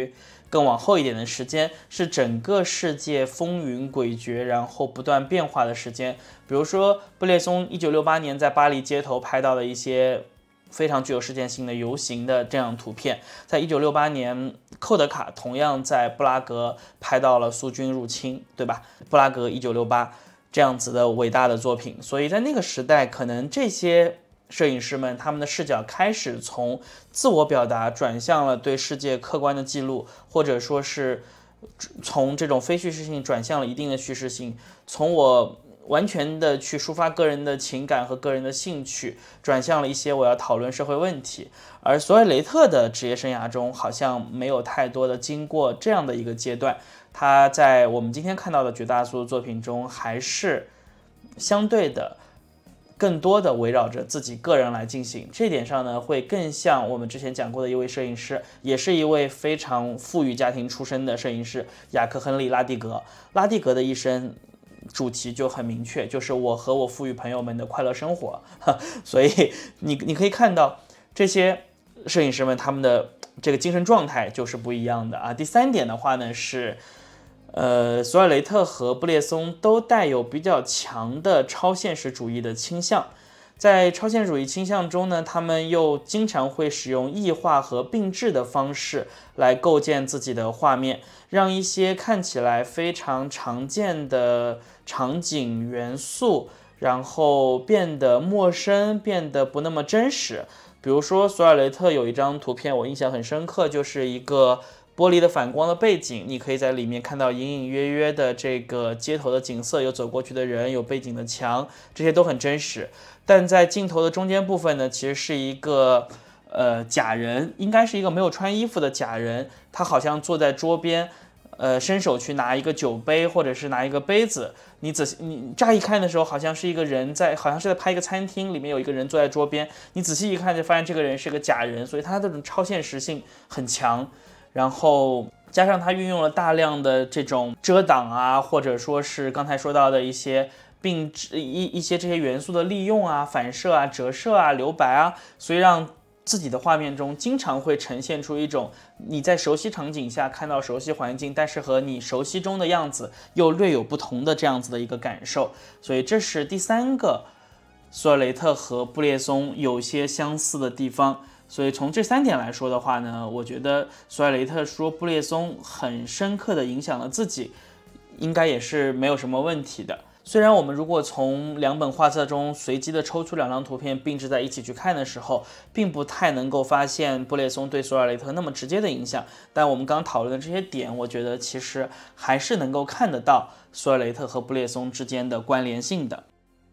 更往后一点的时间，是整个世界风云诡谲，然后不断变化的时间。比如说布列松1968年在巴黎街头拍到的一些非常具有事件性的游行的这样图片，在1968年寇德卡同样在布拉格拍到了苏军入侵，对吧？布拉格1968这样子的伟大的作品，所以在那个时代，可能这些摄影师们他们的视角开始从自我表达转向了对世界客观的记录，或者说是从这种非叙事性转向了一定的叙事性，从我完全的去抒发个人的情感和个人的兴趣，转向了一些我要讨论社会问题。而索尔雷特的职业生涯中好像没有太多的经过这样的一个阶段，他在我们今天看到的绝大多数作品中还是相对的更多的围绕着自己个人来进行，这点上呢，会更像我们之前讲过的一位摄影师，也是一位非常富裕家庭出身的摄影师雅克·亨利·拉蒂格。拉蒂格的一生主题就很明确，就是我和我富裕朋友们的快乐生活。所以你可以看到这些摄影师们他们的这个精神状态就是不一样的啊。第三点的话呢是。索尔雷特和布列松都带有比较强的超现实主义的倾向，在超现实主义倾向中呢，他们又经常会使用异化和并置的方式来构建自己的画面，让一些看起来非常常见的场景元素，然后变得陌生，变得不那么真实。比如说，索尔雷特有一张图片我印象很深刻，就是一个玻璃的反光的背景，你可以在里面看到隐隐约约的这个街头的景色，有走过去的人，有背景的墙，这些都很真实。但在镜头的中间部分呢，其实是一个假人，应该是一个没有穿衣服的假人，他好像坐在桌边，伸手去拿一个酒杯或者是拿一个杯子。你乍一看的时候，好像是一个人好像是在拍一个餐厅，里面有一个人坐在桌边。你仔细一看，就发现这个人是个假人，所以他这种超现实性很强。然后加上它运用了大量的这种遮挡啊，或者说是刚才说到的一些一些这些元素的利用啊、反射啊、折射啊、留白啊，所以让自己的画面中经常会呈现出一种你在熟悉场景下看到熟悉环境，但是和你熟悉中的样子又略有不同的这样子的一个感受。所以这是第三个索尔雷特和布列松有些相似的地方。所以从这三点来说的话呢，我觉得索尔雷特说布列松很深刻地影响了自己，应该也是没有什么问题的。虽然我们如果从两本画册中随机的抽出两张图片并置在一起去看的时候，并不太能够发现布列松对索尔雷特那么直接的影响，但我们刚讨论的这些点，我觉得其实还是能够看得到索尔雷特和布列松之间的关联性的。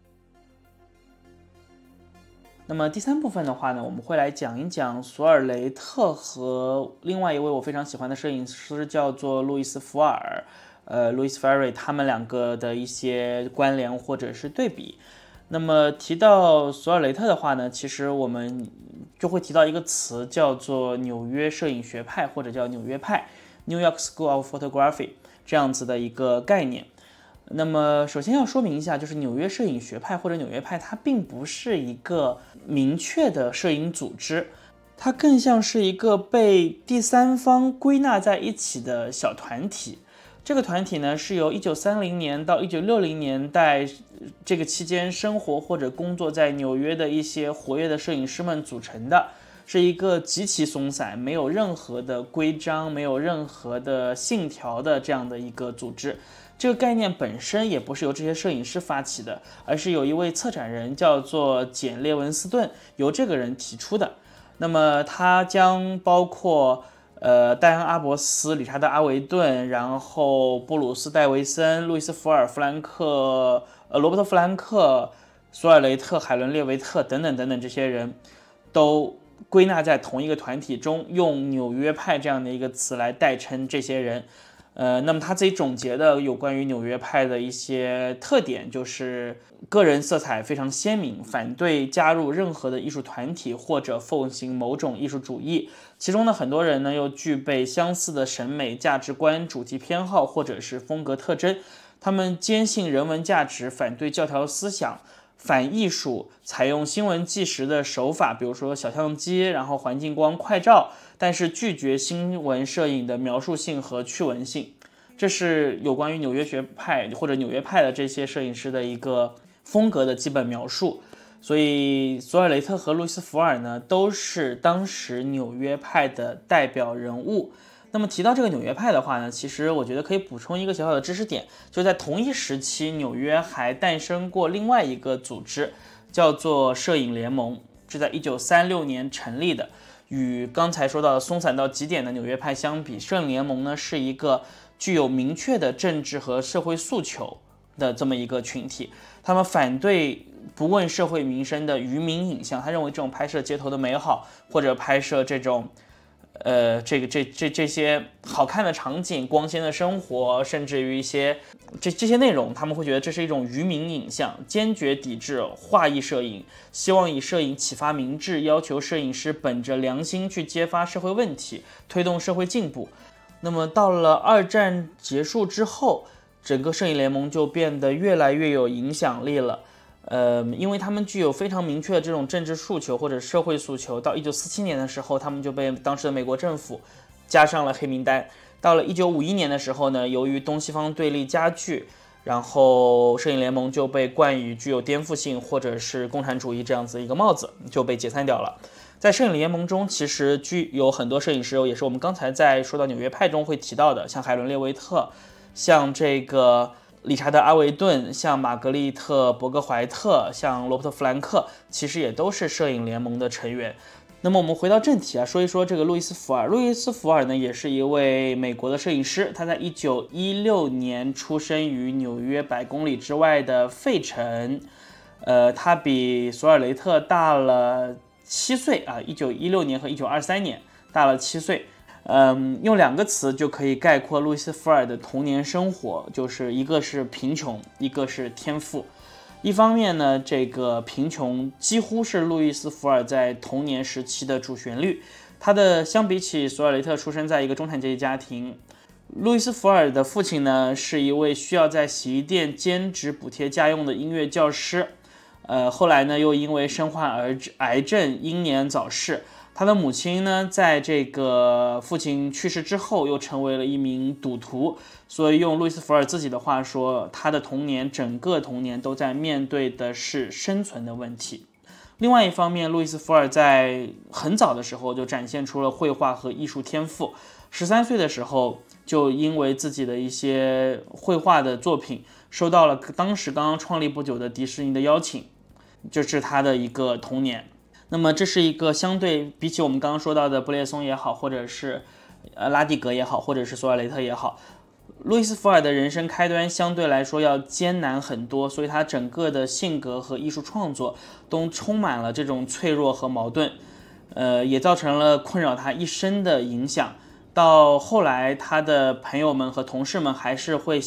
那么第三部分的话呢，我们会来讲一讲索尔雷特和另外一位我非常喜欢的摄影师，叫做路易斯·福尔，Louis Farrey， 他们两个的一些关联或者是对比。那么提到索尔雷特的话呢，其实我们就会提到一个词，叫做纽约摄影学派，或者叫纽约派 （New York School of Photography） 这样子的一个概念。那么首先要说明一下，就是纽约摄影学派或者纽约派，它并不是一个明确的摄影组织，它更像是一个被第三方归纳在一起的小团体。这个团体呢，是由1930年到1960年代这个期间生活或者工作在纽约的一些活跃的摄影师们组成的，是一个极其松散，没有任何的规章，没有任何的信条的这样的一个组织。这个概念本身也不是由这些摄影师发起的，而是有一位策展人叫做简·列文斯顿，由这个人提出的。那么他将包括戴恩·阿伯斯、理查德·阿维顿，然后布鲁斯·戴维森、路易斯·福尔、弗兰克、罗伯特·弗兰克、索尔雷特、海伦·列维特等等等等这些人都归纳在同一个团体中，用纽约派这样的一个词来代称这些人。那么他自己总结的有关于纽约派的一些特点，就是个人色彩非常鲜明，反对加入任何的艺术团体或者奉行某种艺术主义。其中呢，很多人呢又具备相似的审美价值观、主题偏好或者是风格特征。他们坚信人文价值，反对教条思想， 反艺术，采用新闻纪实的手法，比如说小相机，然后环境光、快照，但是拒绝新闻摄影的描述性和趣闻性。这是有关于纽约学派或者纽约派的这些摄影师的一个风格的基本描述。所以索尔雷特和路易斯·福尔呢，都是当时纽约派的代表人物。那么提到这个纽约派的话呢，其实我觉得可以补充一个小小的知识点，就在同一时期，纽约还诞生过另外一个组织，叫做摄影联盟，是在1936年成立的。与刚才说到的松散到极点的纽约派相比，摄影联盟呢是一个具有明确的政治和社会诉求的这么一个群体。他们反对不问社会民生的愚民影像，他认为这种拍摄街头的美好，或者拍摄这种这些好看的场景、光鲜的生活，甚至于一些这些内容，他们会觉得这是一种愚民影像，坚决抵制画意摄影，希望以摄影启发民智，要求摄影师本着良心去揭发社会问题，推动社会进步。那么到了二战结束之后，整个摄影联盟就变得越来越有影响力了。因为他们具有非常明确的这种政治诉求或者社会诉求，到1947年的时候，他们就被当时的美国政府加上了黑名单。到了1951年的时候呢，由于东西方对立加剧，然后摄影联盟就被冠以具有颠覆性或者是共产主义这样子一个帽子，就被解散掉了。在摄影联盟中，其实有很多摄影师，也是我们刚才在说到纽约派中会提到的，像海伦·列维特，像这个理查德·阿维顿，像玛格丽特·伯格怀特，像罗伯特·弗兰克，其实也都是摄影联盟的成员。那么我们回到正题啊，说一说这个路易斯·福尔。路易斯·福尔呢，也是一位美国的摄影师，他在1916年出生于纽约100公里之外的费城。他比索尔雷特大了7岁啊，1916年和1923年大了7岁。用2个词就可以概括路易斯·福尔的童年生活，就是一个是贫穷，一个是天赋。一方面呢，这个贫穷几乎是路易斯·福尔在童年时期的主旋律。相比起索尔雷特出生在一个中产阶级家庭，路易斯·福尔的父亲呢是一位需要在洗衣店兼职补贴家用的音乐教师。后来呢又因为身患癌症英年早逝。他的母亲呢，在这个父亲去世之后，又成为了一名赌徒。所以用路易斯·福尔自己的话说，他的整个童年都在面对的是生存的问题。另外一方面，路易斯·福尔在很早的时候就展现出了绘画和艺术天赋。13岁的时候，就因为自己的一些绘画的作品，受到了当时刚刚创立不久的迪士尼的邀请，这是他的一个童年。那么这是一个相对比起我们刚刚说到的布列松也好，或者是拉蒂格也好，或者是索尔雷特也好，路易斯·福尔的人生开端相对来说要艰难很多，所以他整个的性格和艺术创作都充满了这种脆弱和矛盾，也造成了困扰他一生的影响。到后来，他的朋友们和同事们还是会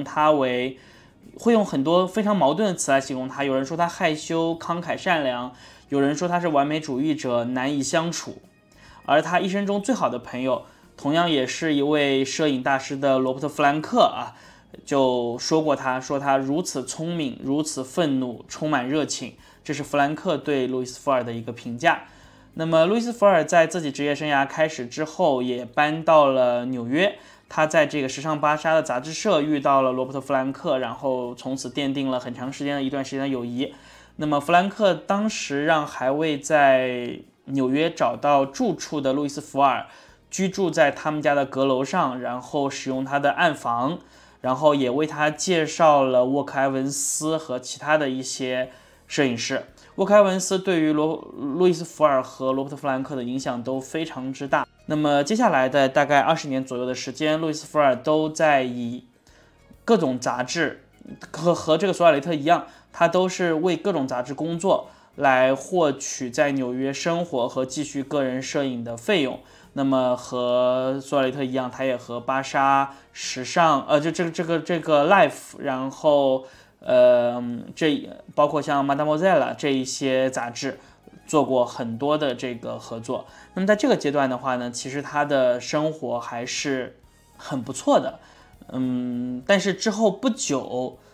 用很多非常矛盾的词来形容他。有人说他害羞、慷慨、善良，有人说他是完美主义者，难以相处。而他一生中最好的朋友，同样也是一位摄影大师的罗伯特·弗兰克啊，就说他如此聪明，如此愤怒，充满热情。这是弗兰克对路易斯·福尔的一个评价。那么路易斯·福尔在自己职业生涯开始之后，也搬到了纽约。他在这个时尚芭莎的杂志社遇到了罗伯特·弗兰克，然后从此奠定了很长时间的一段时间的友谊。那么弗兰克当时让还未在纽约找到住处的路易斯·福尔居住在他们家的阁楼上，然后使用他的暗房，然后也为他介绍了沃克·埃文斯和其他的一些摄影师。沃克·埃文斯对于路易斯·福尔和罗伯特·弗兰克的影响都非常之大。那么接下来的大概20年左右的时间，路易斯·福尔都在以各种杂志和这个索尔雷特一样，他都是为各种杂志工作，来获取在纽约生活和继续个人摄影的费用。那么和索尔雷特一样，他也和芭莎、时尚，这个 Life， 然后这包括像 Mademoiselle 这一些杂志做过很多的这个合作。那么在这个阶段的话呢，其实他的生活还是很不错的。但是之后不久，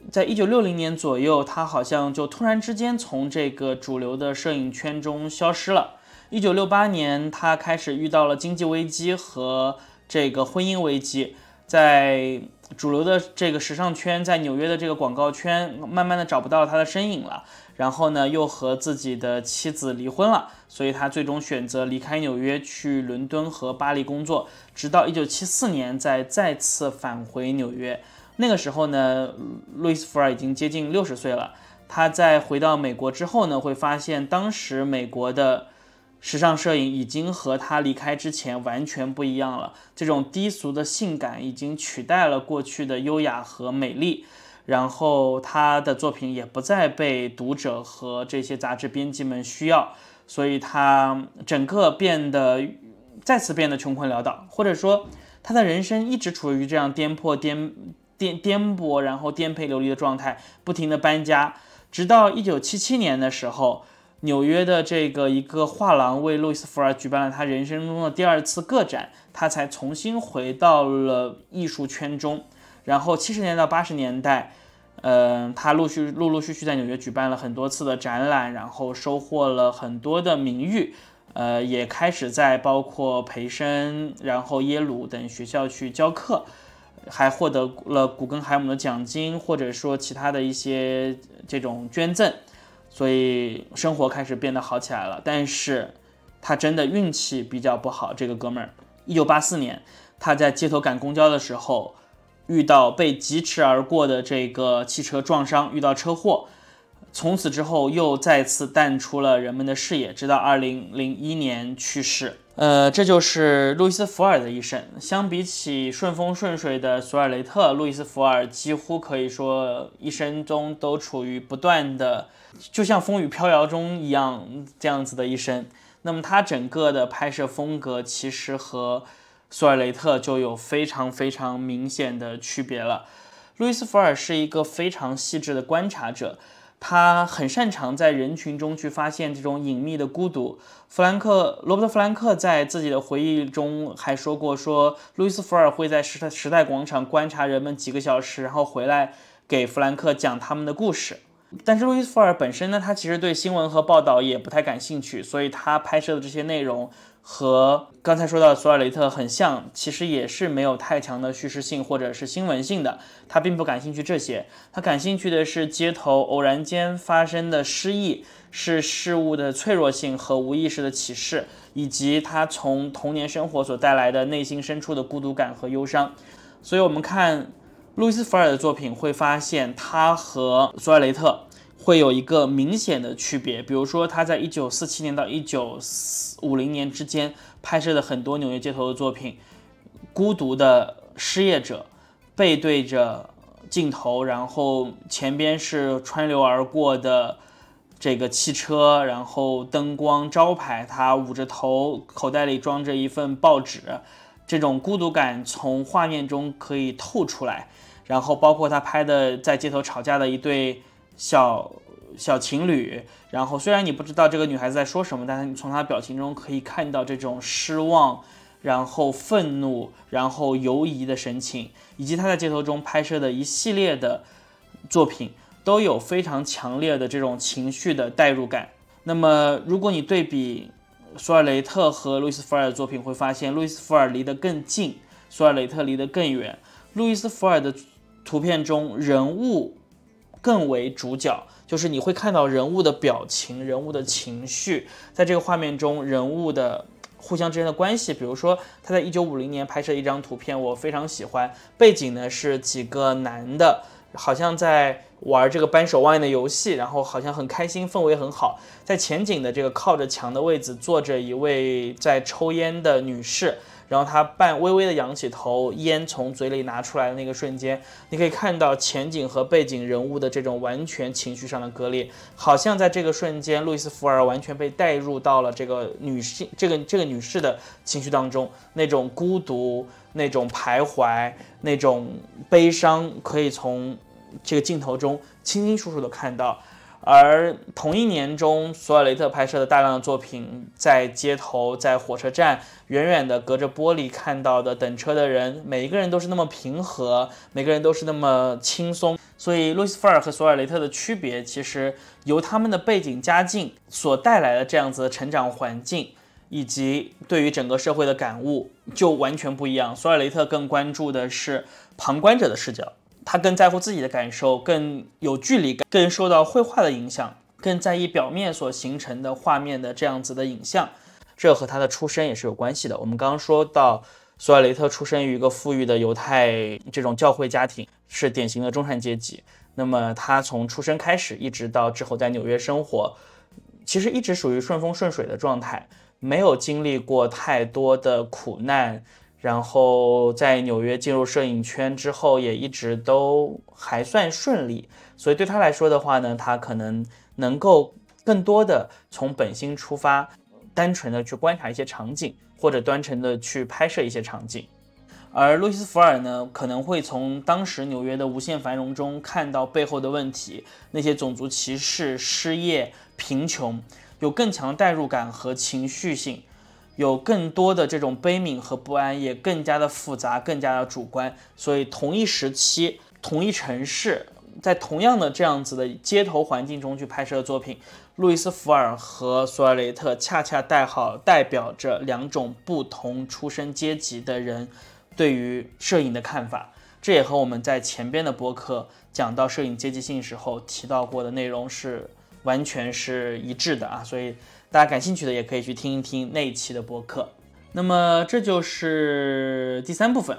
在1960年左右，他好像就突然之间从这个主流的摄影圈中消失了。1968年，他开始遇到了经济危机和这个婚姻危机，在主流的这个时尚圈，在纽约的这个广告圈，慢慢的找不到他的身影了。然后呢，又和自己的妻子离婚了，所以他最终选择离开纽约，去伦敦和巴黎工作，直到1974年再次返回纽约。那个时候呢，路易斯·福尔已经接近60岁了。他在回到美国之后呢，会发现当时美国的时尚摄影已经和他离开之前完全不一样了。这种低俗的性感已经取代了过去的优雅和美丽。然后他的作品也不再被读者和这些杂志编辑们需要，所以他整个再次变得穷困潦倒，或者说他的人生一直处于这样颠簸，然后颠沛流离的状态，不停的搬家，直到1977年的时候，纽约的一个画廊为路易斯·福尔举办了他人生中的第2次个展，他才重新回到了艺术圈中。然后70年到80年代，他陆陆续续在纽约举办了很多次的展览，然后收获了很多的名誉，也开始在包括培生，然后耶鲁等学校去教课，还获得了古根海姆的奖金，或者说其他的一些这种捐赠，所以生活开始变得好起来了。但是他真的运气比较不好，这个哥们儿，1984年他在街头赶公交的时候，遇到被疾驰而过的这个汽车撞伤，遇到车祸，从此之后又再次淡出了人们的视野，直到2001年去世。这就是路易斯·福尔的一生。相比起顺风顺水的索尔雷特，路易斯·福尔几乎可以说一生中都处于不断的，就像风雨飘摇中一样，这样子的一生。那么他整个的拍摄风格其实和索尔雷特就有非常非常明显的区别了。路易斯·福尔是一个非常细致的观察者，他很擅长在人群中去发现这种隐秘的孤独。罗伯特·弗兰克在自己的回忆中还说过，路易斯·福尔会在时代广场观察人们几个小时，然后回来给弗兰克讲他们的故事。但是路易斯·福尔本身呢，他其实对新闻和报道也不太感兴趣，所以他拍摄的这些内容和刚才说到的索尔雷特很像，其实也是没有太强的叙事性或者是新闻性的。他并不感兴趣这些，他感兴趣的是街头偶然间发生的失意，是事物的脆弱性和无意识的启示，以及他从童年生活所带来的内心深处的孤独感和忧伤。所以我们看路易斯·福尔的作品会发现，他和索尔雷特会有一个明显的区别。比如说他在1947年到1950年之间拍摄的很多纽约街头的作品，孤独的失业者背对着镜头，然后前边是川流而过的这个汽车，然后灯光招牌，他捂着头，口袋里装着一份报纸，这种孤独感从画面中可以透出来。然后包括他拍的在街头吵架的一对小情侣，然后虽然你不知道这个女孩子在说什么，但是你从她表情中可以看到这种失望，然后愤怒，然后犹疑的神情，以及他在街头中拍摄的一系列的作品都有非常强烈的这种情绪的代入感。那么如果你对比索尔雷特和路易斯·福尔的作品，会发现路易斯·福尔离得更近，索尔雷特离得更远。路易斯·福尔的图片中人物更为主角，就是你会看到人物的表情，人物的情绪，在这个画面中人物的互相之间的关系。比如说他在1950年拍摄一张图片，我非常喜欢，背景呢是几个男的好像在玩这个扳手腕的游戏，然后好像很开心，氛围很好。在前景的这个靠着墙的位置坐着一位在抽烟的女士，然后她微微的扬起头，烟从嘴里拿出来的那个瞬间，你可以看到前景和背景人物的这种完全情绪上的割裂，好像在这个瞬间，路易斯·福尔完全被带入到了这个女性这个女士的情绪当中，那种孤独，那种徘徊，那种悲伤，可以从这个镜头中清清楚楚的看到。 而同一年中，索尔雷特拍摄的大量的作品，在街头、在火车站，远远的隔着玻璃看到的等车的人，每一个人都是那么平和，每个人都是那么轻松。所以，路易斯·福尔和索尔雷特的区别，其实由他们的背景家境所带来的这样子的成长环境，以及对于整个社会的感悟，就完全不一样。索尔雷特更关注的是旁观者的视角。他更在乎自己的感受，更有距离感，更受到绘画的影响，更在意表面所形成的画面的这样子的影像。这和他的出身也是有关系的。我们刚刚说到，索尔雷特出生于一个富裕的犹太这种教会家庭，是典型的中产阶级。那么他从出生开始，一直到之后在纽约生活，其实一直属于顺风顺水的状态，没有经历过太多的苦难。然后在纽约进入摄影圈之后，也一直都还算顺利，所以对他来说的话呢，他可能能够更多的从本心出发，单纯的去观察一些场景，或者单纯的去拍摄一些场景。而路易斯·福尔呢，可能会从当时纽约的无限繁荣中看到背后的问题，那些种族歧视、失业、贫穷，有更强的代入感和情绪性。有更多的这种悲悯和不安，也更加的复杂，更加的主观。所以同一时期、同一城市，在同样的这样子的街头环境中去拍摄的作品，路易斯·福尔和索尔雷特恰恰代表着两种不同出身阶级的人对于摄影的看法。这也和我们在前边的播客讲到摄影阶级性时候提到过的内容是完全是一致的啊，所以大家感兴趣的也可以去听一听那一期的播客。那么这就是第3部分了。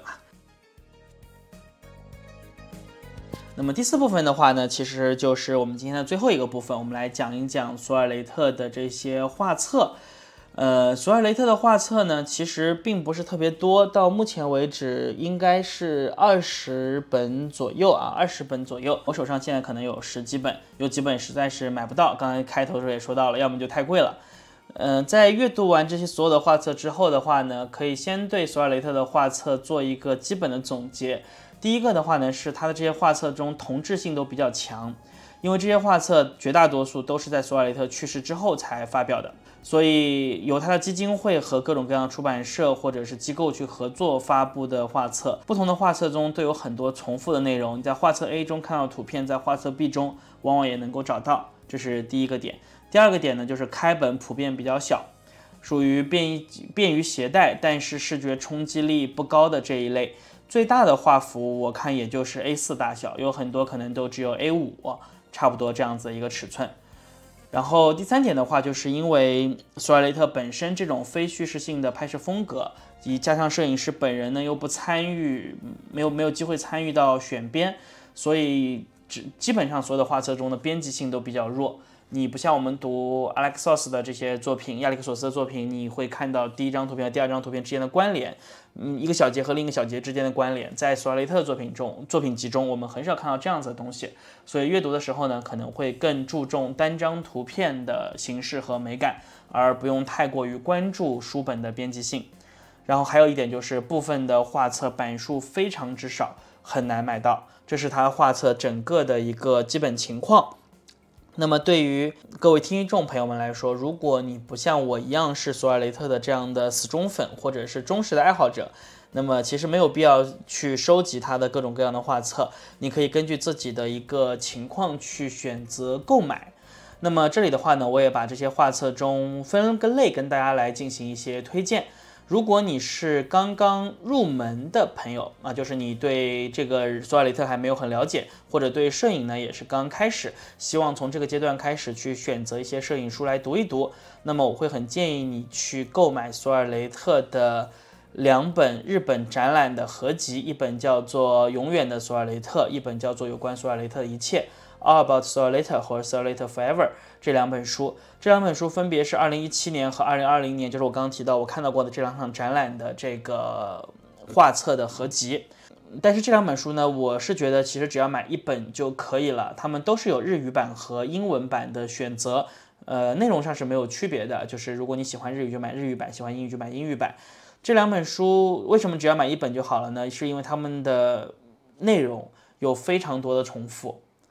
那么第4部分的话呢，其实就是我们今天的最后一个部分，我们来讲一讲索尔雷特的这些画册。索尔雷特的画册呢，其实并不是特别多，到目前为止应该是20本左右啊，20本左右。我手上现在可能有10几本，有几本实在是买不到。刚才开头的时候也说到了，要么就太贵了。在阅读完这些所有的画册之后的话呢，可以先对索尔雷特的画册做一个基本的总结。第一个的话呢，是他的这些画册中同质性都比较强，因为这些画册绝大多数都是在索尔雷特去世之后才发表的。所以由他的基金会和各种各样的出版社或者是机构去合作发布的画册，不同的画册中都有很多重复的内容。你在画册 A 中看到图片，在画册 B 中往往也能够找到，这是第一个点。第二个点呢，就是开本普遍比较小，属于便于携带，但是视觉冲击力不高的这一类。最大的画幅我看也就是 A4 大小，有很多可能都只有 A5，差不多这样子的一个尺寸。然后第3点的话，就是因为索尔雷特本身这种非叙事性的拍摄风格，以及加上摄影师本人呢又不参与，没有机会参与到选编，所以基本上所有的画册中的编辑性都比较弱。你不像我们读亚历克索斯的这些作品，亚历克索斯的作品，你会看到第一张图片和第二张图片之间的关联，一个小节和另一个小节之间的关联。在索尔雷特的作品集中，我们很少看到这样子的东西，所以阅读的时候呢，可能会更注重单张图片的形式和美感，而不用太过于关注书本的编辑性。然后还有一点就是部分的画册版数非常之少，很难买到，这是他画册整个的一个基本情况。那么对于各位听众朋友们来说，如果你不像我一样是索尔雷特的这样的死忠粉或者是忠实的爱好者，那么其实没有必要去收集他的各种各样的画册，你可以根据自己的一个情况去选择购买。那么这里的话呢，我也把这些画册中分个类跟大家来进行一些推荐。如果你是刚刚入门的朋友啊，就是你对这个索尔雷特还没有很了解，或者对摄影呢也是刚开始，希望从这个阶段开始去选择一些摄影书来读一读，那么我会很建议你去购买索尔雷特的2本日本展览的合集，一本叫做《永远的索尔雷特》，一本叫做《有关索尔雷特的一切》All About Solar Later 或者 Solar Later Forever 这2本书，分别是2017年和2020年，就是我刚刚提到我看到过的这2场展览的这个画册的合集。但是这2本书呢，我是觉得其实只要买1本就可以了，它们都是有日语版和英文版的选择，内容上是没有区别的，就是如果你喜欢日语就买日语版，喜欢英语就买英语版。这2本书为什么只要买1本就好了呢？是因为它们的内容有非常多的重复。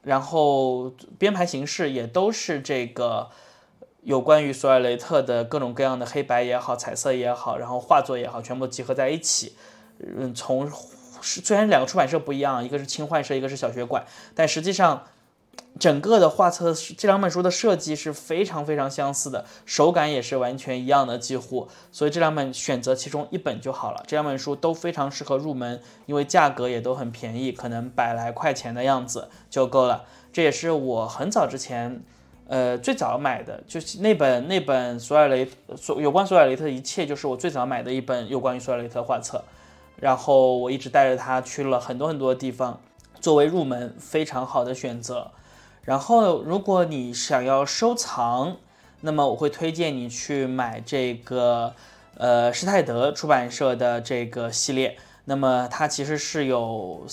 然后编排形式也都是这个有关于索尔雷特的各种各样的黑白也好、彩色也好，然后画作也好，全部集合在一起。虽然两个出版社不一样，一个是青幻社，一个是小学馆，但实际上整个的画册这两本书的设计是非常非常相似的，手感也是完全一样的几乎，所以这两本选择其中一本就好了。这两本书都非常适合入门，因为价格也都很便宜，可能100来块钱的样子就够了。这也是我很早之前最早买的，就是那本有关索尔雷特的一切，就是我最早买的一本有关于索尔雷特画册。然后我一直带着它去了很多很多地方，作为入门非常好的选择。然后如果你想要收藏，那么我会推荐你去买这个施泰德出版社的这个系列。那么它其实是有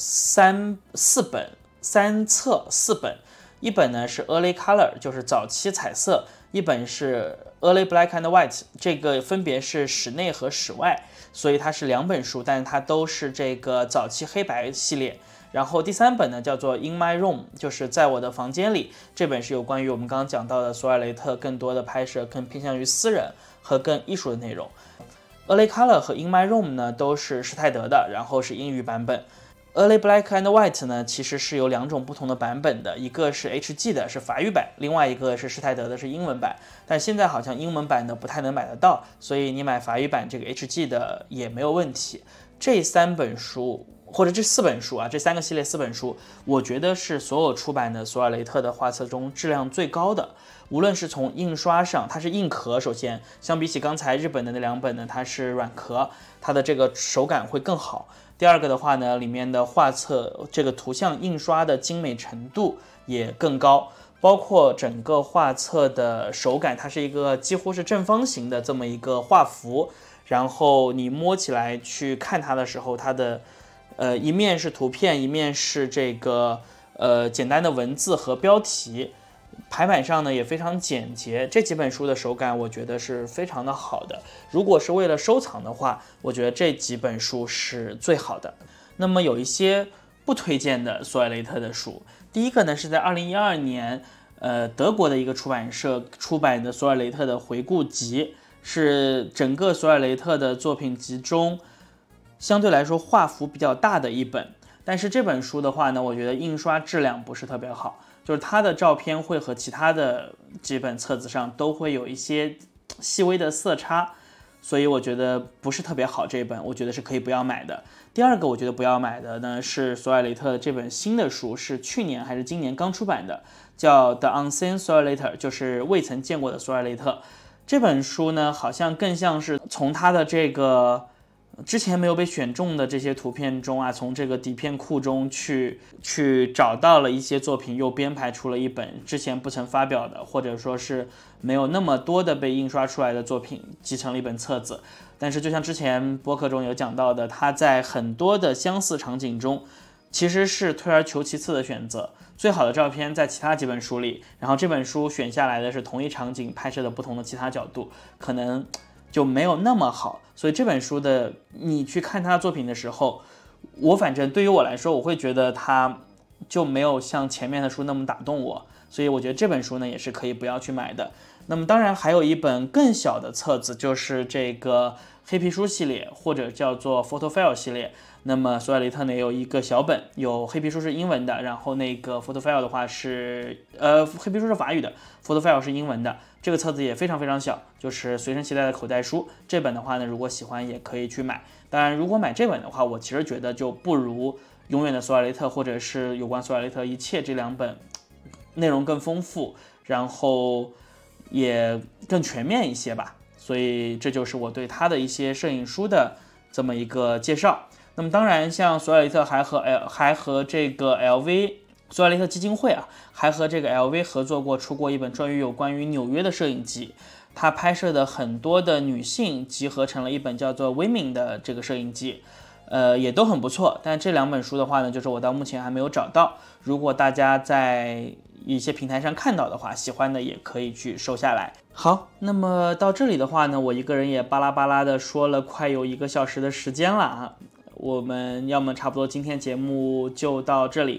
3册4本，一本呢是 Early Color， 就是早期彩色，一本是 Early Black and White， 这个分别是室内和室外，所以它是2本书，但是它都是这个早期黑白系列。然后第3本呢叫做 In My Room， 就是在我的房间里，这本是有关于我们刚刚讲到的索尔雷特更多的拍摄，更偏向于私人和更艺术的内容。Early Color 和 In My Room 呢都是施泰德的，然后是英语版本。Early Black and White 呢其实是有2种不同的版本的，一个是 HG 的，是法语版，另外一个是施泰德的，是英文版。但现在好像英文版的不太能买得到，所以你买法语版这个 HG 的也没有问题。这3本书或者这4本书啊，这3个系列4本书，我觉得是所有出版的索尔雷特的画册中质量最高的。无论是从印刷上，它是硬壳，首先相比起刚才日本的那2本呢，它是软壳，它的这个手感会更好。第二个的话呢，里面的画册这个图像印刷的精美程度也更高，包括整个画册的手感，它是一个几乎是正方形的这么一个画幅，然后你摸起来去看它的时候，它的一面是图片，一面是这个简单的文字和标题，排版上呢也非常简洁。这几本书的手感我觉得是非常的好的，如果是为了收藏的话，我觉得这几本书是最好的。那么有一些不推荐的索尔雷特的书，第一个呢是在2012年德国的一个出版社出版的索尔雷特的回顾集，是整个索尔雷特的作品集中相对来说画幅比较大的一本。但是这本书的话呢，我觉得印刷质量不是特别好，就是它的照片会和其他的几本册子上都会有一些细微的色差，所以我觉得不是特别好。这本我觉得是可以不要买的。第二个我觉得不要买的呢是索尔雷特这本新的书，是去年还是今年刚出版的，叫 The Unseen Soilelator， 就是未曾见过的索尔雷特。这本书呢好像更像是从它的这个之前没有被选中的这些图片中啊，从这个底片库中去找到了一些作品，又编排出了一本之前不曾发表的，或者说是没有那么多的被印刷出来的作品，集成了一本册子。但是就像之前播客中有讲到的，它在很多的相似场景中其实是退而求其次的选择，最好的照片在其他几本书里，然后这本书选下来的是同一场景拍摄的不同的其他角度，可能就没有那么好。所以这本书的你去看他的作品的时候，我反正对于我来说，我会觉得他就没有像前面的书那么打动我，所以我觉得这本书呢也是可以不要去买的。那么当然还有一本更小的册子，就是这个黑皮书系列，或者叫做 Photo File 系列。那么索尔雷特呢有一个小本，有黑皮书是英文的，然后那个 Photo File 的话是黑皮书是法语的， Photo File 是英文的。这个册子也非常非常小，就是随身携带的口袋书。这本的话呢，如果喜欢也可以去买。当然如果买这本的话，我其实觉得就不如永远的索尔雷特或者是有关索尔雷特一切这2本内容更丰富，然后也更全面一些吧。所以这就是我对他的一些摄影书的这么一个介绍。那么当然像索尔雷特还和这个 LV 索尔雷特基金会啊，还和这个 LV 合作过，出过一本有关于纽约的摄影集。他拍摄的很多的女性集合成了一本叫做 Women 的这个摄影集，也都很不错。但这2本书的话呢，就是我到目前还没有找到。如果大家在一些平台上看到的话，喜欢的也可以去收下来。好，那么到这里的话呢，我一个人也巴拉巴拉的说了快有1个小时的时间了啊。我们要么差不多今天节目就到这里，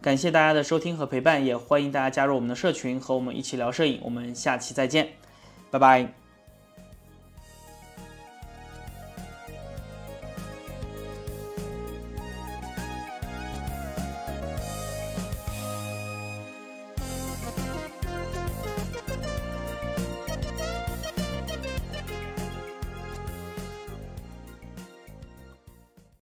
感谢大家的收听和陪伴，也欢迎大家加入我们的社群，和我们一起聊摄影。我们下期再见，拜拜。